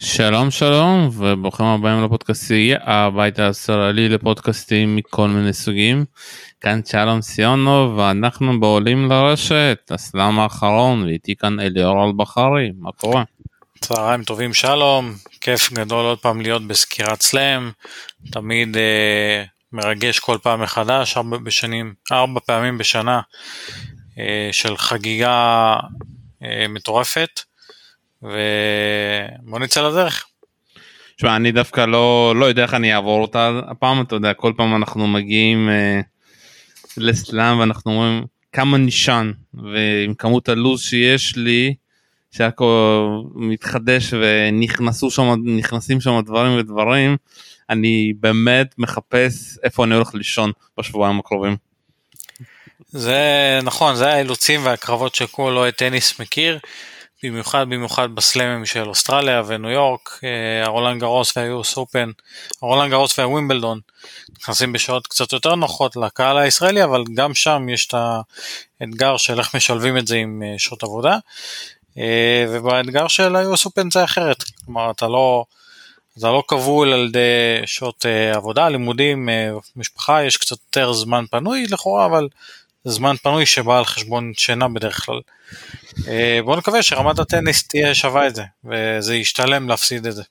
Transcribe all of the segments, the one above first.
שלום שלום וברוכים הבאים לפודקאסטי הבית הישראלי לפודקאסטים מכל מיני סוגים. כאן שלום סיונו ואנחנו בעולים לרשת הסלאם האחרון, ואיתי כאן אליאור אלבחרי. מה קורה? צהריים טובים, שלום, כיף גדול עוד פעם להיות בסקירת סלאם, תמיד מרגש כל פעם מחדש, 4 פעמים בשנה של חגיגה מטורפת, ובוא נצא לדרך. תשמע, אני דווקא לא יודע איך אני אעבור אותה הפעם. אתה יודע, כל פעם אנחנו מגיעים לסלאם ואנחנו אומרים כמה נשען, ועם כמות הלוז שיש לי שהכל מתחדש ונכנסים שם דברים ודברים, אני באמת מחפש איפה אני הולך לישון בשבועיים הקרובים. זה נכון, זה האילוצים והקרבות שכל אוהד טניס מכיר, במיוחד בסלאמים של אוסטרליה וניו יורק, הרולנד גרוס והיוס אופן, הרולנד גרוס והווימבלדון, נכנסים בשעות קצת יותר נוחות לקהל הישראלי, אבל גם שם יש את האתגר של איך משלבים את זה עם שעות עבודה, ובאתגר של היוס אופן זה אחרת, כלומר אתה לא כבול על ידי שעות עבודה, לימודים, משפחה, יש קצת יותר זמן פנוי לכאורה, אבל זה זמן פנוי שבא על חשבון שינה בדרך כלל. בואו נקווה שרמת הטניס תהיה שווה את זה, וזה ישתלם להפסיד את זה.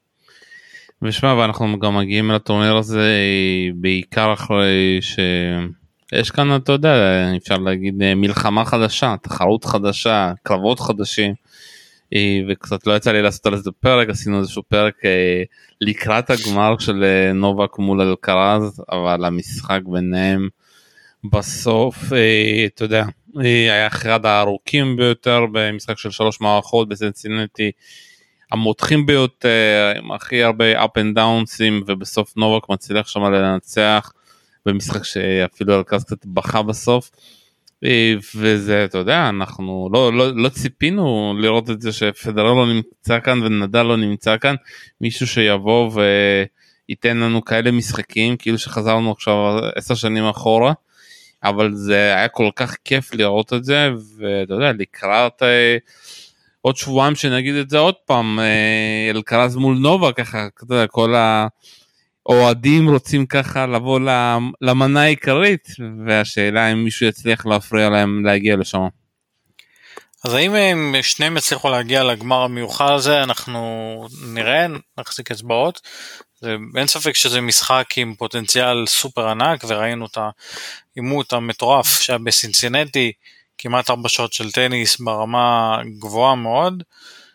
ושמע, ואנחנו גם מגיעים לטורניר הזה בעיקר אחרי שיש כאן, אתה יודע, אפשר להגיד מלחמה חדשה, תחרות חדשה, קרבות חדשים, וקצת לא יצא לי לעשות על זה פרק, עשינו איזשהו פרק לקראת הגמר של נובק מול אלקרז, אבל המשחק ביניהם בסוף, אתה יודע, היה אחד הארוכים ביותר במשחק של 3 מערכות בסינסינטי, המותחים ביותר, עם הכי הרבה up and downs, ובסוף נובק מצליח שם לנצח במשחק שאפילו אלקרז קצת בכה בסוף. וזה, אתה יודע, אנחנו לא ציפינו לראות את זה שפדרר לא נמצא כאן ונדל לא נמצא כאן, מישהו שיבוא וייתן לנו כאלה משחקים כאילו שחזרנו עכשיו 10 שנים אחורה, אבל זה היה כל כך כיף לראות את זה. ואתה יודע, לקראת עוד שבועיים שנגיד את זה עוד פעם, אלקרז מול נובה, ככה, אתה יודע, כל האוהדים רוצים ככה לבוא למנה העיקרית, והשאלה אם מישהו יצליח להפריע להם להגיע לשם. אז האם הם שניהם יצליחו להגיע לגמר המיוחד הזה, אנחנו נראה, נחזיק אצבעות. אין ספק שזה משחק עם פוטנציאל סופר ענק, וראינו את העימות המטורף שהיה בסינסינטי, כמעט 4 שעות של טניס ברמה גבוהה מאוד.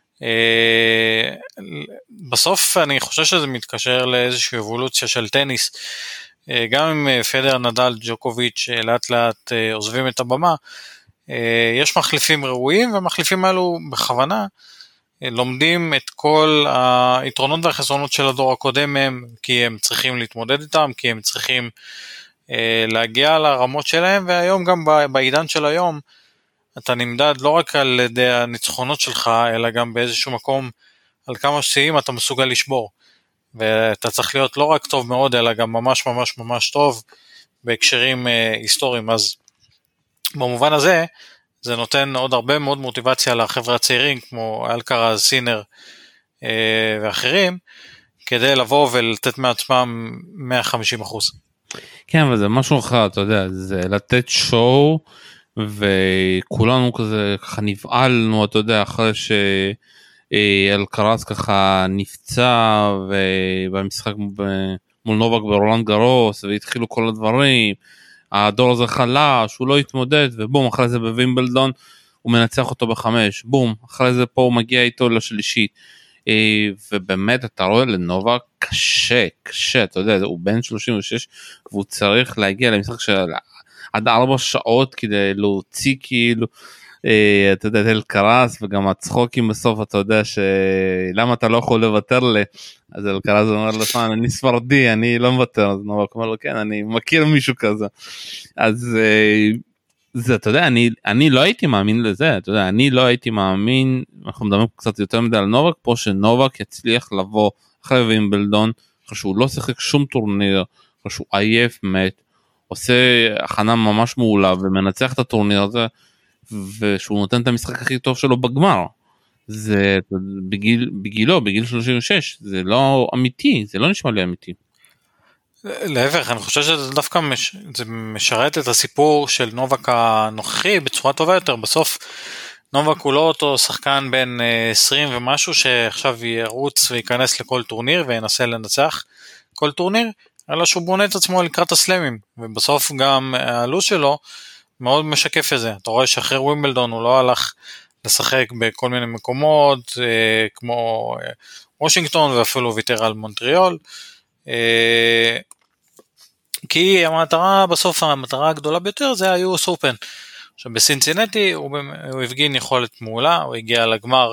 בסוף אני חושב שזה מתקשר לאיזושהי אבולוציה של טניס, גם אם פדר, נדל, ג'וקוביץ' לאט לאט עוזבים את הבמה, יש מחליפים ראויים, והמחליפים האלו בכוונה לומדים את כל היתרונות והחסרונות של הדור הקודם מהם, כי הם צריכים להתמודד איתם, כי הם צריכים להגיע לרמות שלהם, והיום גם בעידן של היום, אתה נמדד לא רק על ידי הניצחונות שלך, אלא גם באיזשהו מקום על כמה שיאים אתה מסוגל לשבור, ואתה צריך להיות לא רק טוב מאוד, אלא גם ממש ממש ממש טוב, בהקשרים היסטוריים. אז במובן הזה, זה נותן עוד הרבה מאוד מוטיבציה לחבר'ה הצעירים, כמו אלקרז, סינר ואחרים, כדי לבוא ולתת מעצמם 150%. כן, אבל זה משהו אחר, אתה יודע, זה לתת שואו, וכולנו ככה נבעלנו, אתה יודע, אחרי שאלקרז ככה נפצע, ובמשחק מול נובק ברולנד גרוס, והתחילו כל הדברים, הדור הזה חלש, הוא לא התמודד, ובום, אחרי זה בווימבלדון, הוא מנצח אותו ב5, בום, אחרי זה פה הוא מגיע איתו לשלישית, ובאמת אתה רואה לנובק קשה, אתה יודע, הוא בן 36, והוא צריך להגיע למשחק של עד 4 שעות כדי להוציא כאילו, אתה יודע, אלקרז, וגם הצחוקים בסוף, אתה יודע למה אתה לא יכול לוותר לי, אז אלקרז אומר לך, אני ספרדי, אני לא מוותר, אז נובק אומר לו, כן, אני מכיר מישהו כזה, אז זה, אתה יודע, אני לא הייתי מאמין לזה, אתה יודע, אני לא הייתי מאמין, אנחנו מדברים קצת יותר מדי על נובק, פה שנובק יצליח לבוא אחרי וימבלדון, אחרי שהוא לא שיחק שום טורניר, אחרי שהוא עייף מת, עושה הכנה ממש מעולה, ומנצח את הטורניר הזה, ושהוא נותן את המשחק הכי טוב שלו בגמר, זה בגיל 36, זה לא אמיתי, זה לא נשמע לי אמיתי. להפך, אני חושב שזה דווקא זה משרת את הסיפור של נובק הנוכחי בצורה טובה יותר. בסוף נובק הוא לא אותו שחקן בין 20 ומשהו שעכשיו ירוץ וייכנס לכל טורניר וינסה לנצח כל טורניר, אלא שהוא בונה את עצמו לקראת הסלמים, ובסוף גם הלו"ז שלו מאוד משקף את זה. אתה רואה שאחרי ווימבלדון הוא לא הלך לשחק בכל מיני מקומות כמו וושינגטון, ואפילו ויתר על מונטריאול, כי המטרה בסוף, המטרה הגדולה ביותר זה ה-US Open. עכשיו בסינסינטי הוא הפגין יכולת מעולה, הוא הגיע לגמר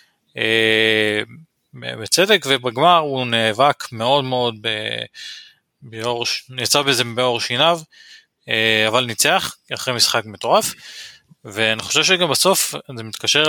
בצדק, ובגמר הוא נאבק מאוד מאוד יצא בזה באור שיניו, אבל ניצח אחרי משחק מטורף. ואני חושב שגם בסוף זה מתקשר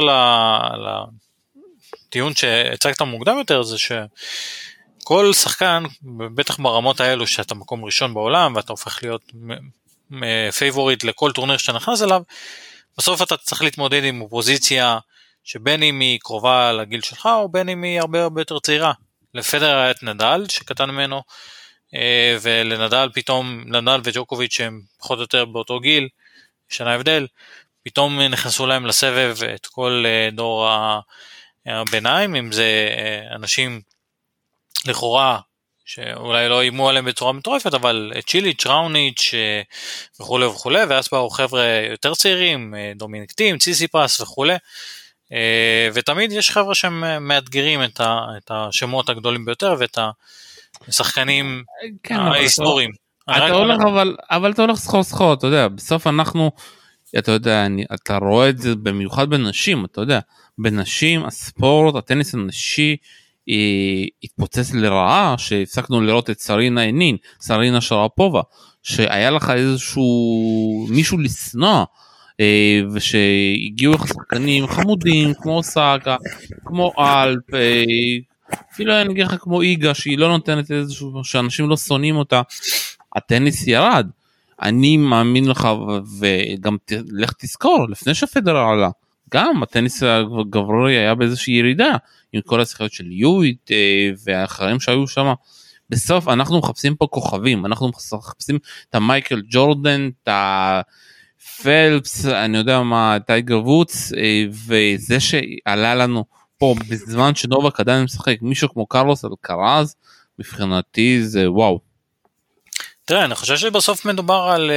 לטיעון שהצגת מוקדם יותר, זה שכל שחקן, בטח ברמות האלו שאתה מקום ראשון בעולם ואתה הופך להיות פייבוריט לכל טורניר שאתה נכנס אליו, בסוף אתה צריך להתמודד עם אופוזיציה שבין אם היא קרובה לגיל שלך או בין אם היא הרבה הרבה יותר צעירה. לפדר היה את נדל שקטן ממנו, ולנדל פתאום, נדל וג'וקוביץ' שהם פחות או יותר באותו גיל, שנה הבדל, פתאום נכנסו להם לסבב את כל דור הביניים, אם זה אנשים לכאורה שאולי לא אימו עליהם בצורה מטורפת, אבל צ'יליץ', ראוניץ' וכו' וכו', ואז באו חבר'ה יותר צעירים, דומיניק טים, ציסיפס וכו', ותמיד יש חבר'ה שהם מאתגרים את השמות הגדולים ביותר, ואת השחקנים ההיסטוריים. אבל אתה הולך סחור, אתה יודע, בסוף אנחנו, אתה יודע, אתה רואה את זה במיוחד בנשים, אתה יודע, בנשים, הספורט, הטניס הנשי, התפוצץ לרעה, שהפסקנו לראות את סרינה אנין, סרינה שרפובה, שהיה לך איזשהו מישהו לסנוע, ושהגיעו לך שחקנים חמודים, כמו סאגה, כמו אלפ, אפילו אני אגיד לך כמו איגה, שהיא לא נותנת איזשהו, שאנשים לא שונאים אותה, הטניס ירד. אני מאמין לך, וגם לך תזכור, לפני שפדרר עלה, גם הטניס הגברי היה באיזושהי ירידה, עם כל השיחיות של יואיט והאחרים שהיו שם. בסוף אנחנו מחפשים פה כוכבים, אנחנו מחפשים את המייקל ג'ורדן, את הפלפס, אני יודע מה, טייגר וודס, וזה שעלה לנו פה בזמן שנובק עדיין משחק, מישהו כמו קרלוס אלקרז, מבחינתי זה וואו. תראה, אני חושב שבסוף מדובר על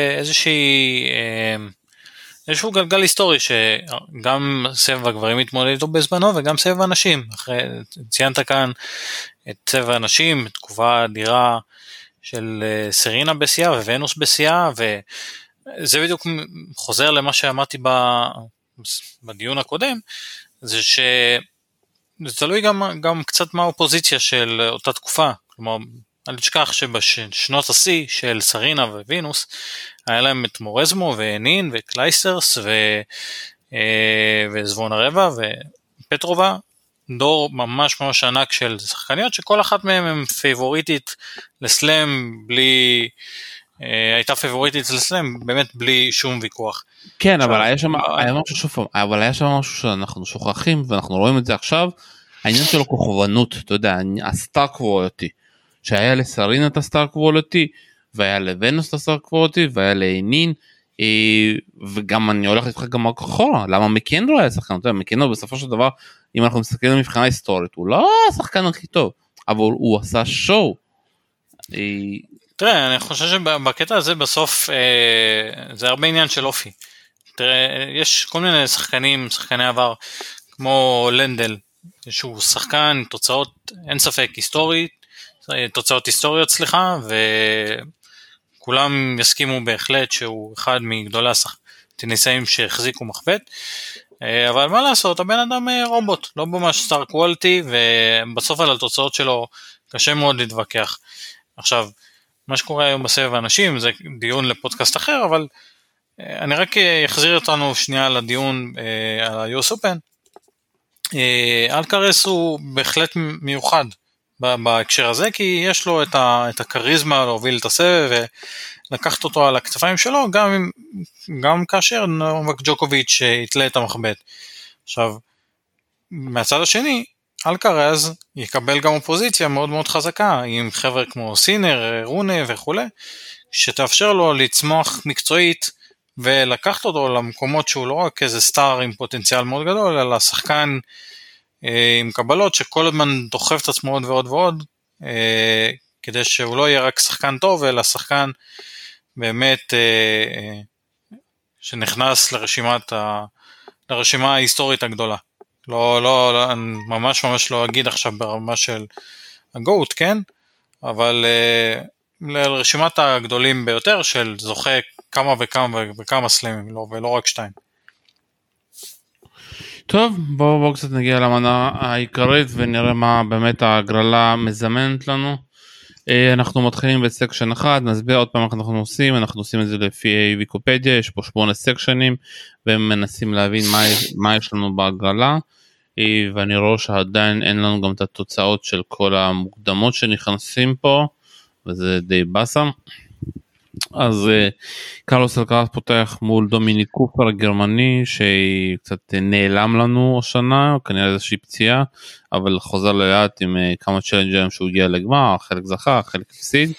איזשהו גלגל היסטורי, שגם סבב הגברים מתמודד איתו בזמנו, וגם סבב הנשים. ציינת כאן את סבב הנשים, תקופה אדירה של סרינה בשיאה וונוס בשיאה, וזה בדיוק חוזר למה שאמרתי בדיון הקודם, זה שזה תלוי גם קצת מהאופוזיציה של אותה תקופה. כלומר, אל תשכח שבשנות השיא של סרינה ווינוס, היה להם את מורזמו ואנין וקלייסרס וזבון הרבע ופטרובה, דור ממש ממש ענק של שחקניות, שכל אחת מהם הם פייבוריטית לסלם, הייתה פייבוריטית לסלם באמת בלי שום ויכוח. כן, אבל היה שם משהו שאנחנו שוכחים, ואנחנו רואים את זה עכשיו, העניין של הכוכבנות, אתה יודע, הסטאר קווליטי, שהיה לסרינה את הסטאר קווליטי, והיה לוונוס את הסטאר קווליטי, והיה לאנין, וגם אני הולך איתך גם אחורה, למה מקנרו היה שחקן, אתה יודע, מקנרו בסופו של דבר, אם אנחנו מסתכלים מבחינה היסטורית, הוא לא השחקן הכי טוב, אבל הוא עשה שואו. תראה, אני חושב שבקטע הזה בסוף, זה הרבה עניין של אופי. תראה, יש כל מיני שחקני עבר, כמו לנדל, שהוא שחקן, תוצאות, אין ספק, תוצאות היסטוריות, סליחה, וכולם יסכימו בהחלט שהוא אחד מגדולי הטניסאים שהחזיקו מחבט, אבל מה לעשות, הבן אדם רובוט, לא ממש סטאר קוולטי, ובסוף על התוצאות שלו קשה מאוד להתווכח. עכשיו, מה שקורה היום בסבב האנשים, זה דיון לפודקאסט אחר, אבל אני רק אחזיר אותנו שנייה לדיון על ה-US Open. אלקרס הוא בהחלט מיוחד בהקשר הזה, כי יש לו את הקריזמה להוביל את הסבב ולקחת אותו על הכתפיים שלו, גם כאשר נובק ג'וקוביץ' יתלה את המחבט. עכשיו, מהצד השני, אלקרז יקבל גם אופוזיציה מאוד מאוד חזקה, עם חבר'ה כמו סינר, רונה וכו', שתאפשר לו לצמוח מקצועית, ולקחת אותו למקומות שהוא לא רק איזה סטאר עם פוטנציאל מאוד גדול, אלא שחקן עם קבלות שכל הזמן דוחף את עצמו עוד ועוד ועוד, כדי שהוא לא יהיה רק שחקן טוב, אלא שחקן באמת שנכנס לרשימה ההיסטורית הגדולה. לא, אני ממש לא אגיד עכשיו ברמה של הגוט, כן? אבל לרשימת הגדולים ביותר של זוכה כמה וכמה סלמים, ולא רק 2. טוב, בואו קצת נגיע למנה העיקרית ונראה מה באמת ההגרלה מזמנת לנו. אנחנו מתחילים בסקשן 1, נסביר עוד פעם איך אנחנו עושים את זה לפי ויקופדיה, יש פה 8 סקשנים, והם מנסים להבין מה יש לנו בהגרלה, ואני רואה שעדיין אין לנו גם את התוצאות של כל המוקדמות שנכנסים פה, וזה די בסה. אז קרלוס אלקרז פותח מול דומיניק קופר הגרמני שקצת נעלם לנו השנה, כנראה איזושהי פציעה, אבל חוזר לאט עם כמה צ'לנג'רים שהוא הגיע לגמר, חלק זכה, חלק הפסיד.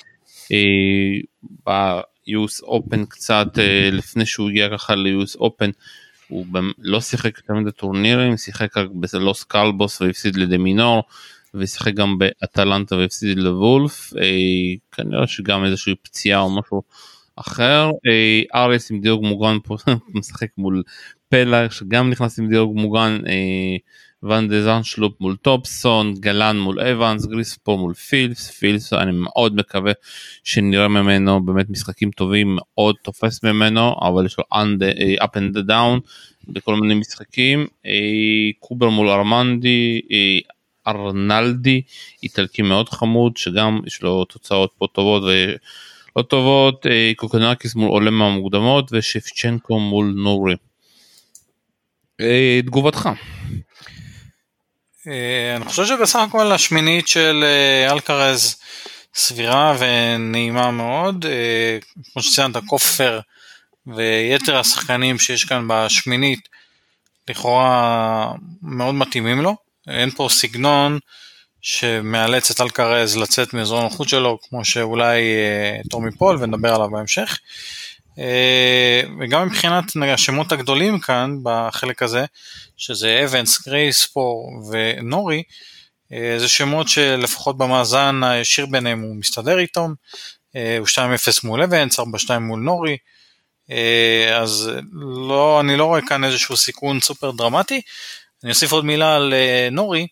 ב-US Open קצת לפני שהוא הגיע ככה ל-US Open, הוא לא שיחק תמיד בטורנירים, שיחק רק בלוס קלבוס והפסיד לדמינור, ושיחק גם באטלנטה והפסיד לוולף, כנראה שגם איזושהי פציעה או משהו אחר. אריס עם דירוג מוגן פה משחק מול פלא שגם נכנס עם דירוג מוגן, ון דזן שלופ מול טופסון, גלן מול אבנס, גריספור מול פילס, אני מאוד מקווה שנראה ממנו באמת משחקים טובים, מאוד תופס ממנו, אבל יש לו up and down בכל מיני משחקים. קובר מול ארנלדי, איטלקי מאוד חמוד, שגם יש לו תוצאות פה טובות ולא טובות. קוקונקיס מול עולם מהמוקדמות, ושפצ'נקו מול נורי. תגובתך? אני חושב שבסך הכל השמינית של אלקרז סבירה ונעימה מאוד, כמו שציינת, קופר ויתר השחקנים שיש כאן בשמינית, לכאורה מאוד מתאימים לו. אין פה סגנון שמאלץ את אלקרז לצאת מאזור הנוחות שלו, כמו שאולי טומי פול, ונדבר עליו בהמשך. וגם מבחינת השמות הגדולים כאן, בחלק הזה, שזה אבנס, גרייספור ונורי, זה שמות שלפחות במאזן הישיר ביניהם הוא מסתדר איתם, הוא 2-0 מול אבנס, 4-2 מול נורי, אז אני לא רואה כאן איזשהו סיכון סופר דרמטי. אני אוסיף עוד מילה על נורי,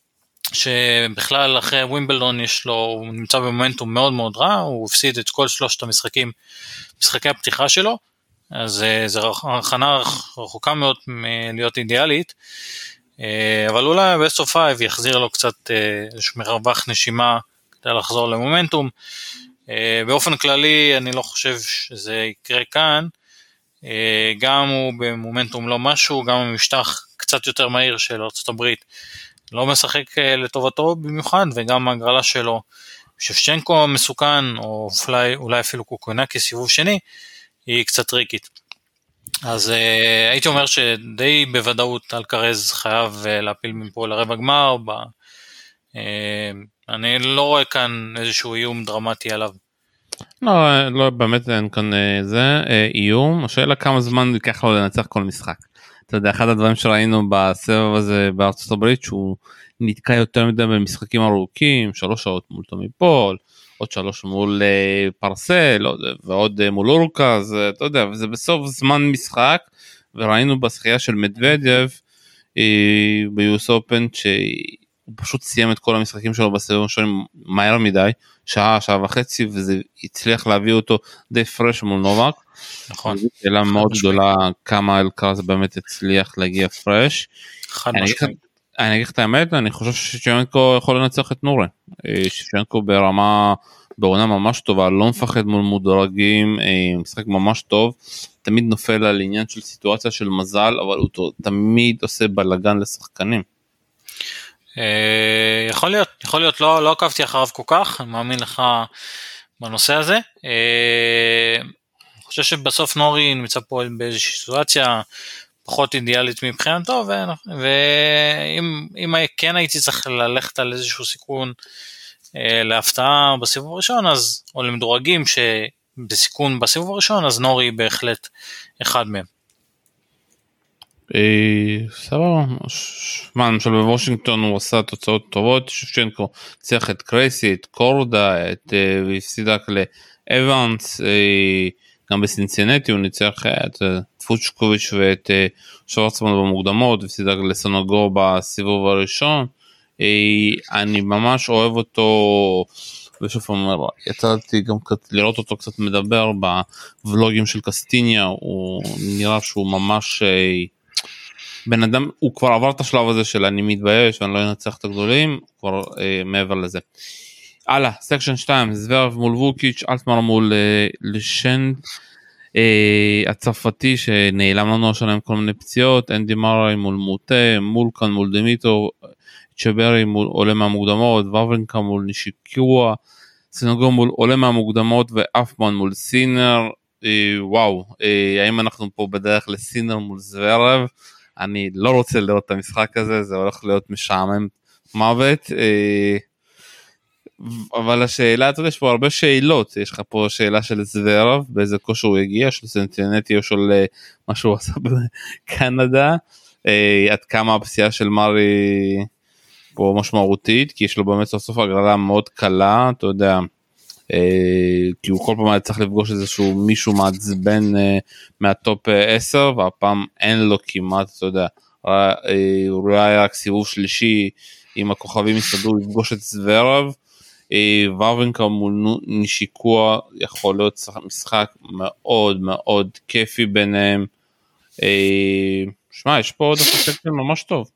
שבכלל אחרי ווימבלדון הוא נמצא במומנטום מאוד מאוד רע, הוא הפסיד את כל 3 המשחקים, משחקי הפתיחה שלו, אז זו הכנה רחוקה מאוד להיות אידיאלית, אבל אולי ב-Best of 5 יחזיר לו קצת איזשהו מרווח נשימה כדי לחזור למומנטום. באופן כללי אני לא חושב שזה יקרה כאן, גם הוא במומנטום לא משהו, גם המשטח קצת יותר מהיר של ארצות הברית לא משחק לטובתו במיוחד, וגם ההגרלה שלו שפצ'נקו מסוכן, או אולי אפילו קוקונקי סיבוב שני, היא קצת טריקית. אז הייתי אומר שדי בוודאות אלקרז חייב להפיל מפה לרבע גמר, אני לא רואה כאן איזשהו איום דרמטי עליו. לא, באמת אין כאן איום, השאלה כמה זמן ייקח לו לנצח כל משחק. אתה יודע, אחד הדברים שראינו בסבב הזה בארצות הברית, שהוא נתקע יותר מדי במשחקים ארוכים, 3 שעות מול טומי פול, עוד 3 מול פרסל, ועוד מול אורקה, אז אתה יודע, וזה בסוף זמן משחק, וראינו בשחייה של מדוודייב, ביוס אופן, שהוא פשוט סיים את כל המשחקים שלו בסבב הראשון מהר מדי, שעה וחצי, וזה הצליח להביא אותו די פרש מול נובק. נכון. זו שאלה מאוד גדולה כמה אלקרז באמת הצליח להגיע פרש. אני אגיד את האמת, אני חושב ששפצ'נקו יכול לנצח את נורי. שפצ'נקו בעונה ממש טובה, לא מפחד מול מודרגים, משחק ממש טוב, תמיד נופל על עניין של סיטואציה של מזל, אבל הוא תמיד עושה בלגן לשחקנים. יכול להיות, לא עקבתי אחריו כל כך, אני מאמין לך בנושא הזה. אני חושב שבסוף נורי נמצא פה באיזושהי סיטואציה פחות אידיאלית מבחינתו, ואם כן הייתי צריך ללכת על איזשהו סיכון להפתעה בסיבוב הראשון, או למדורגים שבסיכון בסיבוב הראשון, אז נורי בהחלט אחד מהם. סבבה, מה, למשל בוושינגטון הוא עשה תוצאות טובות, שפצ'נקו צריך את קרייסי, את קורדה, והפסידק לאבנס, גם בסינסינטי הוא ניצח את פוצ'קוביץ' ואת שוורצמן במוקדמות, והפסידק לסנגור בסיבוב הראשון. אני ממש אוהב אותו, ושוב אומר, יצאתי גם לראות אותו קצת מדבר בוולוגים של קסטיניה, הוא נראה שהוא ממש בן אדם, הוא כבר עבר את השלב הזה של אני מתבייש ואני לא אנצח את הגדולים, כבר מעבר לזה. הלאה, סקשן 2, זוורב מול ווקיץ', אלטמר מול לשן, הצרפתי שנעלם לנו השנה עם כל מיני פציעות, אנדי מראי מול מוטה, מולקן מול דמיטו, צ'ברי מול עולה מהמוקדמות, וורנקה מול נישיקווה, סנגור מול עולה מהמוקדמות, ואפמן מול סינר. וואו, האם אנחנו פה בדרך לסינר מול זוורב? אני לא רוצה לראות את המשחק הזה, זה הולך להיות משעמם מוות, אבל השאלה, אתה יודע, יש פה הרבה שאלות, יש לך פה שאלה של זוורב, באיזה כושר הוא הגיע, של סנטינטי או של מה שהוא עשה בקנדה, עד כמה הפציעה של מרי פה משמעותית, כי יש לו באמת סוף סוף הגרלה מאוד קלה, אתה יודע, כי הוא כל פעם היה צריך לפגוש איזשהו מישהו מעצבן מהטופ 10, והפעם אין לו כמעט, אתה יודע, הוא היה רק סיבוב שלישי, אם הכוכבים יסתדרו לפגוש את זוורב, וורנקה מול נישיקווה יכול להיות משחק מאוד מאוד כיפי ביניהם. שמע, יש פה עוד אפקט ממש טוב.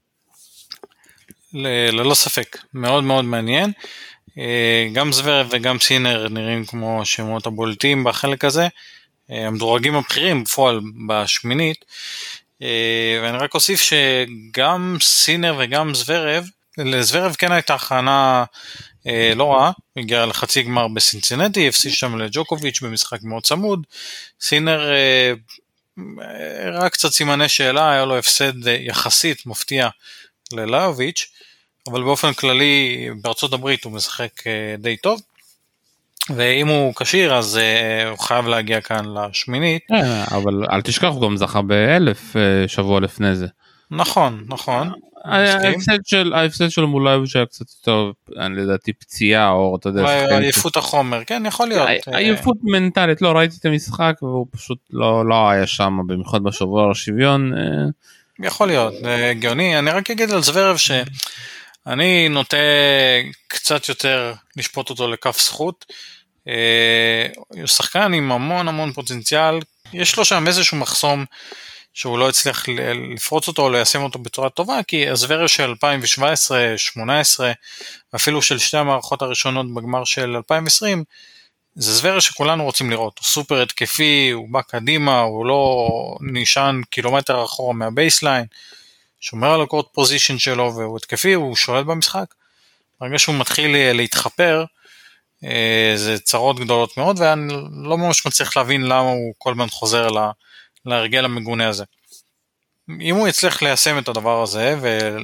ללא ספק, מאוד מאוד מעניין. גם זוורב וגם סינר נראים כמו שמות הבולטים בחלק הזה, המדורגים הבכירים בפועל בשמינית, ואני רק אוסיף שגם סינר וגם זוורב, לזוורב כן הייתה הכנה לא רעה, הגיע לחצי גמר בסינסינטי, הפסיד שם לג'וקוביץ' במשחק מאוד צמוד, סינר רק קצת סימני שאלה, היה לו הפסד יחסית מפתיע ללאוביץ', אבל באופן כללי בארצות הברית הוא משחק די טוב, ואם הוא קשיר אז הוא חייב להגיע כאן לשמינית. אבל אל תשכח, הוא גם זכה ב1,000 שבוע לפני זה. נכון, נכון. ההפסד שלו מול לאוביץ' היה קצת טוב, לדעתי פציעה או אתה יודע. עייפות החומר, כן, יכול להיות. עייפות מנטלית, לא ראיתי את המשחק והוא פשוט לא היה שם, במיוחד בשבוע השוויון. יכול להיות, גאוני. אני רק אגיד על זוורב שאני נוטה קצת יותר לשפוט אותו לכף זכות, הוא שחקן עם המון המון פוטנציאל, יש לו שם איזשהו מחסום שהוא לא הצליח לפרוץ אותו או ליישם אותו בצורה טובה, כי הזוורב של 2017, 2018, אפילו של שתי המערכות הראשונות בגמר של 2020, זה זוורב שכולנו רוצים לראות, הוא סופר התקפי, הוא בא קדימה, הוא לא נשען קילומטר אחורה מהבייסליין, שומר על הקורט פוזישן שלו, והוא התקפי, הוא שולט במשחק. ברגע שהוא מתחיל להתחפר, זה צרות גדולות מאוד, ואני לא ממש מצליח להבין למה הוא כל הזמן חוזר להרגל המגונה הזה. אם הוא יצליח ליישם את הדבר הזה,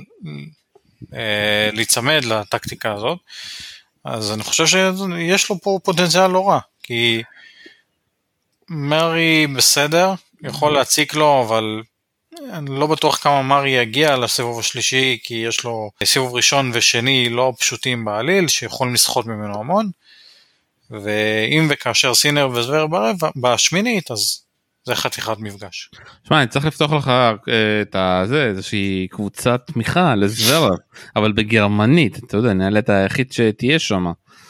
ולהצמד לטקטיקה הזאת, אז אני חושב שיש לו פה פוטנציאל לא רע, כי מרי בסדר, יכול להציק לו, אבל אני לא בטוח כמה מרי יגיע לסיבוב השלישי, כי יש לו סיבוב ראשון ושני לא פשוטים בעליל, שיכולים לשחות ממנו המון, ואם וכאשר סינר וזוורב בשמינית, אז זה חתיכת מפגש. שמע, אני צריך לפתוח לך את זה, איזושהי קבוצת תמיכה לזוורב, אבל בגרמנית, אתה יודע, נעלה את היחיד שתהיה שם.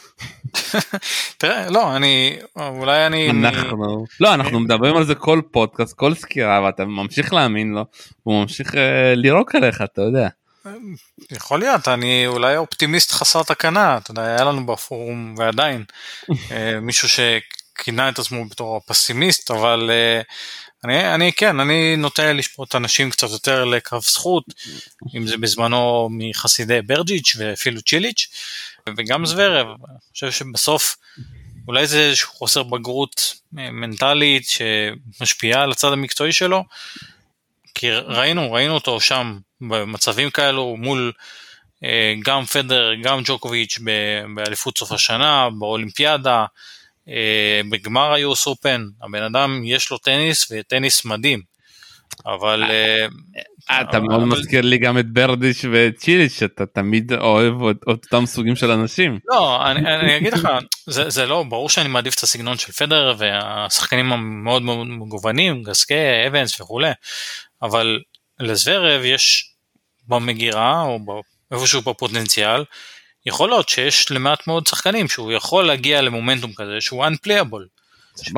תראה, לא, אולי אני... אנחנו מדברים על זה כל פודקאסט, כל סקירה, ואתה ממשיך להאמין לו, הוא ממשיך לירוק עליך, אתה יודע. יכול להיות, אני אולי אופטימיסט חסר תקנה, אתה יודע, היה לנו בפורום ועדיין, מישהו שכינה את עצמו בתור פסימיסט, אבל אני נוטה לשפוט אנשים קצת יותר לקרב זכות, אם זה בזמנו מחסידי ברג'יץ' ואפילו צ'יליץ', וגם זוורב. אני חושב שבסוף אולי זה איזשהו חוסר בגרות מנטלית שמשפיעה על הצד המקצועי שלו, כי ראינו אותו שם במצבים כאלו מול גם פדר, גם ג'וקוביץ' באליפות סוף השנה, באולימפיאדה, בגמר היוס אופן, הבן אדם יש לו טניס וטניס מדהים, אבל אתה מאוד מזכיר לי גם את ברדיש וצ'יליץ', שאתה תמיד אוהב אותם סוגים של אנשים. לא, אני אגיד לך, זה לא, ברור שאני מעדיף את הסגנון של פדר, והשחקנים המאוד מאוד מגוונים, גסקי, אבנס וכו', אבל לזוורב יש במגירה, או איפשהו בפוטנציאל, יכול להיות שיש למעט מאוד שחקנים, שהוא יכול להגיע למומנטום כזה, שהוא unplayable.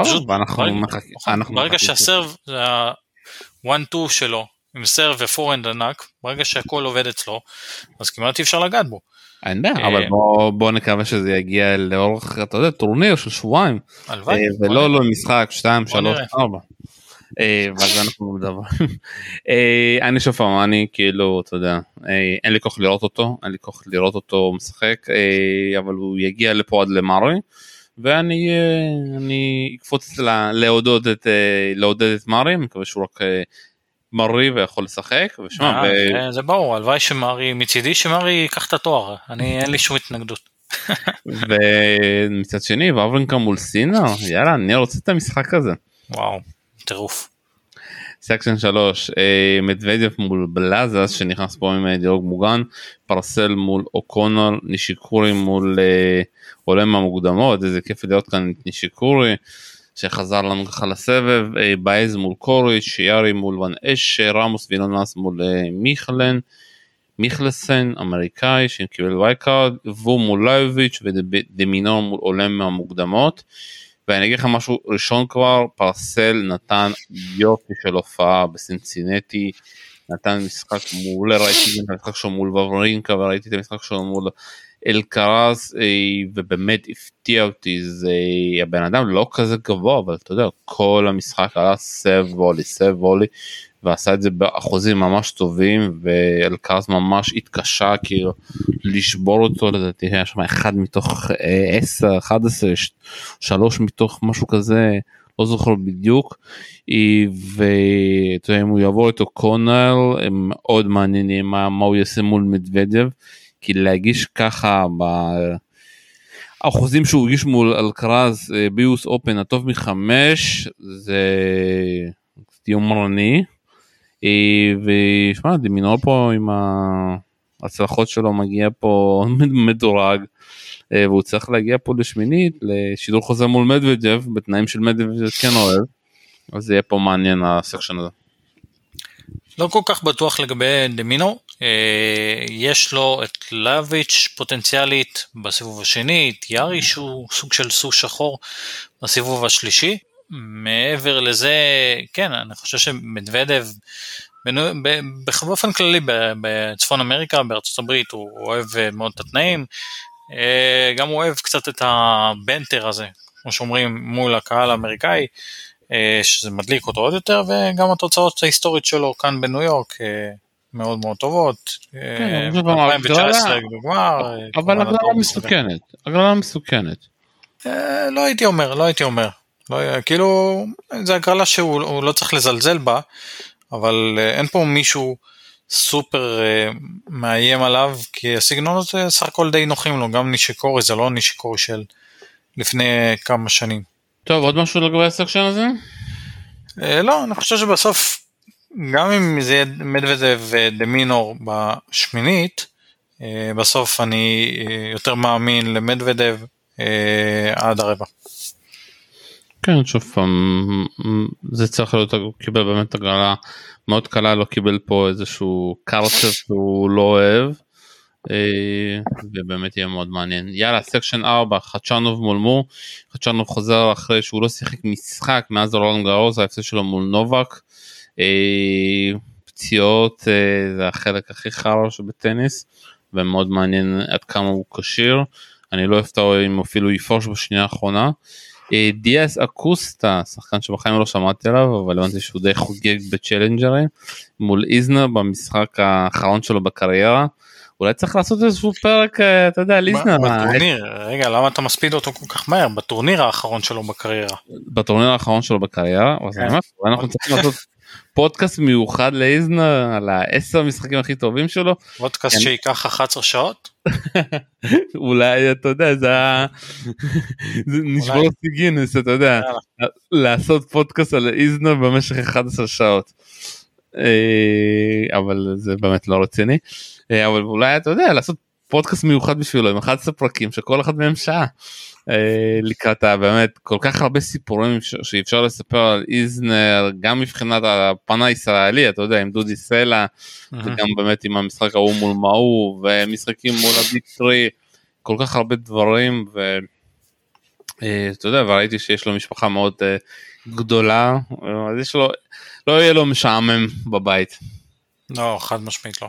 ברגע שהסרב, זה ה-1-2 שלו, עם סרב ופורנד ענק, ברגע שהכל עובד אצלו, אז כמעט אי אפשר לגעת בו. אין בעיה, אבל בוא נקווה שזה יגיע לאורך, אתה יודע, טורניר של שבועיים, ולא משחק 2, 3, 4. ואז אנחנו מדברים. אני שוב פעם, אני כאילו, אתה יודע, אין לי כוח לראות אותו משחק, אבל הוא יגיע לפה עד למרי, ואני אקפוץ לעודד את מרי, אני מקווה שהוא רק מרי ויכול לשחק. זה ברור, הלוואי שמרי, מצידי שמרי ייקח את התואר, אין לי שום התנגדות. ומצד שני, ואברינקה מול סינר, יאללה, אני רוצה את המשחק הזה. וואו, טירוף. סקשן 3, מדוודיו מול בלאזס שנכנס פה עם דירוג מוגן, פרסל מול אוקונר, נישיקורי מול עולם המוקדמות, איזה כיף להיות כאן את נישיקורי, שחזר לנו ככה לסבב, בייז מול קוריץ', שיארי מול ון אש, רמוס וילונס מול מיכלסן, אמריקאי, שקיבל וייקארד, וו מול לייביץ' ודמינור מול עולם המוקדמות, ואני אגיד לך משהו ראשון כבר, פרסל נתן יופי של הופעה בסינצינטי, נתן משחק מעולה, ראיתי את המשחק שלו מול וברינקה, וראיתי את המשחק שלו מול אלקרז, ובאמת הפתיע אותי, זה הבן אדם לא כזה גבוה, אבל אתה יודע, כל המשחק היה סב וולי, ועשה את זה באחוזים ממש טובים, ואלקרז ממש התקשה כאילו לשבור אותו, לדעתי היה שם 1 מתוך 10, 11, 3 מתוך משהו כזה, לא זוכר בדיוק, ואתה יודע, אם הוא יעבור איתו קונל, הם מאוד מעניינים מה הוא יעשה מול מדוודיו, כי להגיש ככה האחוזים שהוא הגיש מול אלקרז ביוס אופן הטוב מ5, זה יומרני, ושמע, דמינור פה עם ההצלחות שלו מגיע פה מדורג, והוא צריך להגיע פה לשמינית, לשידור חוזר מול מדוודיו, בתנאים של מדוודיו כן אוהב, אז זה יהיה פה מעניין הסקשן הזה. לא כל כך בטוח לגבי דמינור, יש לו את לויץ' פוטנציאלית בסיבוב השני, את יארי שהוא סוג של סוג שחור בסיבוב השלישי, מעבר לזה, כן, אני חושב שמדוודיו, באופן כללי בצפון אמריקה, בארצות הברית, הוא אוהב מאוד את התנאים, גם הוא אוהב קצת את הבנטר הזה, כמו שאומרים, מול הקהל האמריקאי, שזה מדליק אותו עוד יותר, וגם התוצאות ההיסטורית שלו כאן בניו יורק, מאוד מאוד טובות, 2019 בגמר, אבל הגרלה מסוכנת. לא הייתי אומר, כאילו, זה הגרלה שהוא לא צריך לזלזל בה, אבל אין פה מישהו סופר מאיים עליו, כי הסגנון הזה סך הכל די נוחים לו, גם נישיקורי, זה לא נישיקורי של לפני כמה שנים. טוב, עוד משהו לגבי הסקשן הזה? לא, אני חושב שבסוף, גם אם זה יהיה מדוודיו ודמינור בשמינית, בסוף אני יותר מאמין למדוודיו עד הרבע. כן, שוב פעם, זה צריך להיות, הוא קיבל באמת הגרלה מאוד קלה, לא קיבל פה איזשהו קרצ'ר שהוא לא אוהב, ובאמת יהיה מאוד מעניין. יאללה, סקשן 4, חדשנוב מול מו, חדשנוב חוזר אחרי שהוא לא שיחק משחק, מאז רולנד גארוס, ההפסד שלו מול נובק, פציעות, זה החלק הכי חרא שבטניס, ומאוד מעניין עד כמה הוא קשיר, אני לא אפתע אם אפילו יפורש בשנייה האחרונה, דיאס אקוסטה, שחקן שבחיים לא שמעתי עליו, אבל הבנתי שהוא די חוגג בצ'לנג'רים, מול איזנר במשחק האחרון שלו בקריירה, אולי צריך לעשות איזשהו פרק, אתה יודע, על איזנר. בטורניר, רגע, למה אתה מספיד אותו כל כך מהר? בטורניר האחרון שלו בקריירה. בטורניר האחרון שלו בקריירה, אז אני אומר, אנחנו צריכים לעשות פודקאסט מיוחד לאיזנר על 10 המשחקים הכי טובים שלו. פודקאסט שיקח 11 שעות? אולי אתה יודע, זה נשבור סיגינס, אתה יודע, לעשות פודקאסט על איזנר במשך 11 שעות. אבל זה באמת לא רציני. אבל אולי אתה יודע, לעשות פודקאסט מיוחד בשבילו עם 11 פרקים שכל אחד מהם שעה. לקראת באמת כל כך הרבה סיפורים שאפשר לספר על איזנר, גם מבחינת הפן הישראלי, אתה יודע, עם דודי סלע, וגם באמת עם המשחק ההוא מול מאו, ומשחקים מול הביג 3, כל כך הרבה דברים, ואתה יודע, וראיתי שיש לו משפחה מאוד גדולה, אז יש לו, לא יהיה לו משעמם בבית. לא, חד משמעית לא.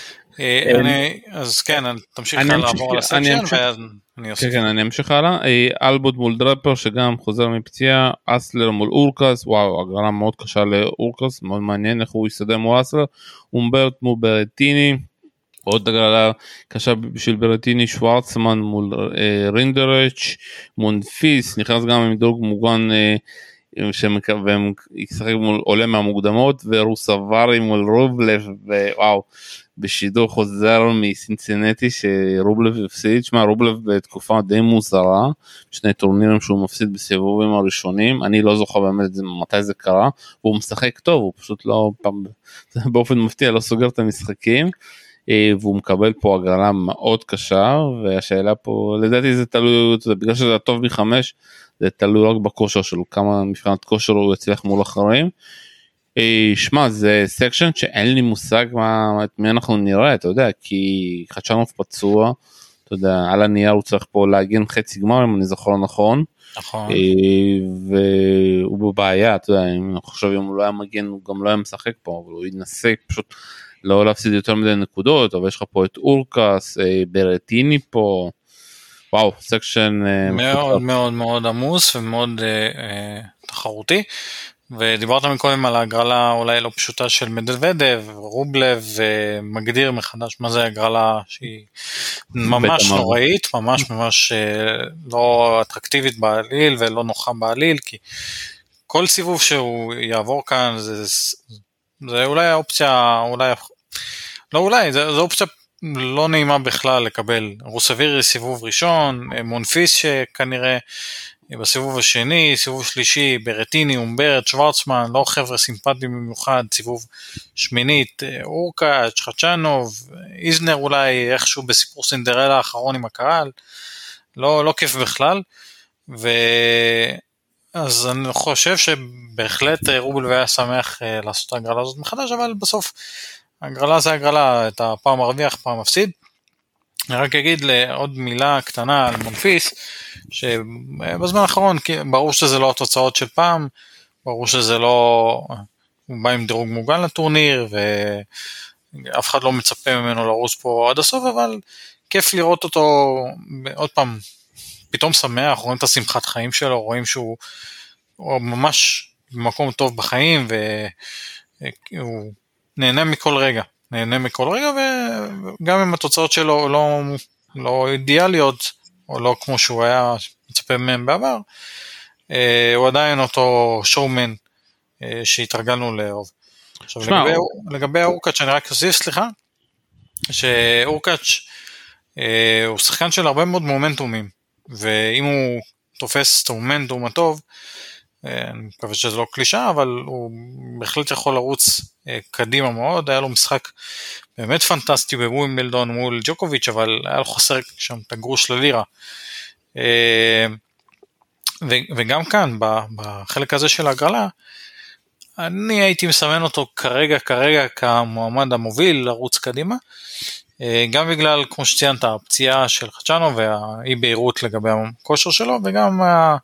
אז כן, תמשיך לעבור על הסקשן, כן, אני אמשיך הלאה. אלבוט מול דרפר שגם חוזר מפציעה, אסלר מול אורקס, וואו, הגרלה מאוד קשה לאורקס, מאוד מעניין איך הוא יסדר מול אסלר, אומברט מול ברטיני, עוד הגרלה קשה בשביל ברטיני, שוורצמן מול רינדרץ', מונפיס, נכנס גם עם דורג מוגן, והם ישחק מול עולה מהמוקדמות, ורוסווארי מול רובלב, ווואו, בשידור חוזר מסינסינטי שרובלב הפסיד, שמה רובלב בתקופה די מוזרה, שני טורנירים שהוא מפסיד בסיבובים הראשונים, אני לא זוכר באמת מתי זה קרה, והוא משחק טוב, הוא פשוט לא, באופן מפתיע לא סוגר את המשחקים, והוא מקבל פה הגרלה מאוד קשה, והשאלה פה, לדעתי זה תלוי, בגלל שזה הטוב מ5, זה תלוי רק בכושר שלו, כמה מבחינת כושר הוא יצליח מול אחרים. שמע, זה סקשן שאין לי מושג את מי אנחנו נראה, אתה יודע, כי חדשנוב פצוע, אתה יודע, על הנייר הוא צריך פה להגן חצי גמר, אם אני זוכר נכון. נכון. והוא בבעיה, אתה יודע, אם אני חושב אם הוא לא היה מגן, הוא גם לא היה משחק פה, אבל הוא ינסה פשוט לא להפסיד יותר מדי נקודות, אבל יש לך פה את אורקס, ברטיני פה, וואו, סקשן מאוד מאוד מאוד עמוס ומאוד תחרותי, ודיברת מקודם על ההגרלה אולי לא פשוטה של מדוודב, רובלב, ומגדיר מחדש מה זה הגרלה שהיא ממש נוראית, ממש ממש לא אטרקטיבית בעליל ולא נוחה בעליל, כי כל סיבוב שהוא יעבור כאן זה אולי האופציה, זו אופציה לא נעימה בכלל לקבל. רוסווירי סיבוב ראשון, מונפיס שכנראה בסיבוב השני, סיבוב שלישי, ברטיני, אומברט, שוורצמן, לא חבר'ה סימפטיים במיוחד, סיבוב שמינית, אורקאץ', חדשנוב, איזנר אולי איכשהו בסיפור סינדרלה האחרון עם הקהל, לא כיף בכלל, אז אני חושב שבהחלט רובל היה שמח לעשות את ההגרלה הזאת מחדש, אבל בסוף הגרלה זה הגרלה, את הפעם הרוויח, פעם מפסיד. אני רק אגיד לעוד מילה קטנה על מונפיס, שבזמן האחרון, ברור שזה לא התוצאות של פעם, ברור שזה לא, הוא בא עם דירוג מוגן לטורניר, ואף אחד לא מצפה ממנו לרוץ פה עד הסוף, אבל כיף לראות אותו עוד פעם, פתאום שמח, רואים את השמחת חיים שלו, רואים שהוא ממש במקום טוב בחיים, והוא נהנה מכל רגע, וגם אם התוצאות שלו לא אידיאליות, או לא כמו שהוא היה מצפה מהם בעבר, הוא עדיין אותו שואומן שהתרגלנו לאהוב. עכשיו לגבי אורקאץ' אני רק אוסיף, סליחה, שאורקאץ' הוא שחקן של הרבה מאוד מומנטומים, ואם הוא תופס את המומנטום הטוב, אני מקווה שזה לא קלישה, אבל הוא בהחלט יכול לרוץ קדימה מאוד, היה לו משחק באמת פנטסטי בווימבלדון מול ג'וקוביץ', אבל היה לו חסר שם את הגרוש ללירה, וגם כאן, בחלק הזה של ההגרלה, אני הייתי מסמן אותו כרגע כמועמד המוביל לרוץ קדימה, גם בגלל, כמו שציינת, הפציעה של חדשנו והאי בהירות לגבי הכושר שלו, וגם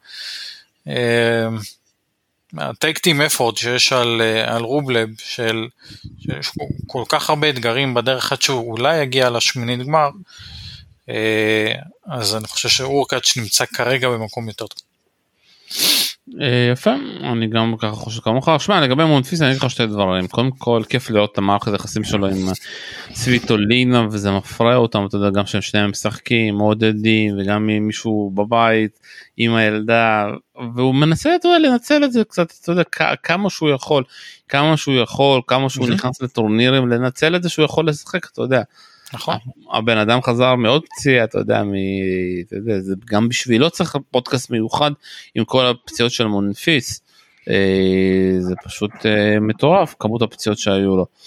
הטייק טים אפורט שיש על רובלב, שיש כל כך הרבה אתגרים בדרך עד שהוא אולי יגיע לשמינית גמר, אז אני חושב שאורקאץ' נמצא כרגע במקום יותר טוב. יפה, אני גם ככה חושב כמוך. שמע, לגבי מונפיס אני אגיד לך שתי דברים. קודם כל, כיף לראות את המערכת היחסים שלו עם סוויטולינה, וזה מפריע אותם, אתה יודע, גם שהם שניהם משחקים, מעודדים, וגם עם מישהו בבית, עם הילדה, והוא מנסה, אתה יודע, לנצל את זה קצת, אתה יודע, כמה שהוא יכול, כמה שהוא נכנס לטורנירים, לנצל את זה שהוא יכול לשחק, אתה יודע. נכון. הבן אדם חזר מאוד פציע, אתה יודע, זה גם בשבילו צריך פודקאסט מיוחד עם כל הפציעות של מונפיס, זה פשוט מטורף, כמות הפציעות שהיו לו.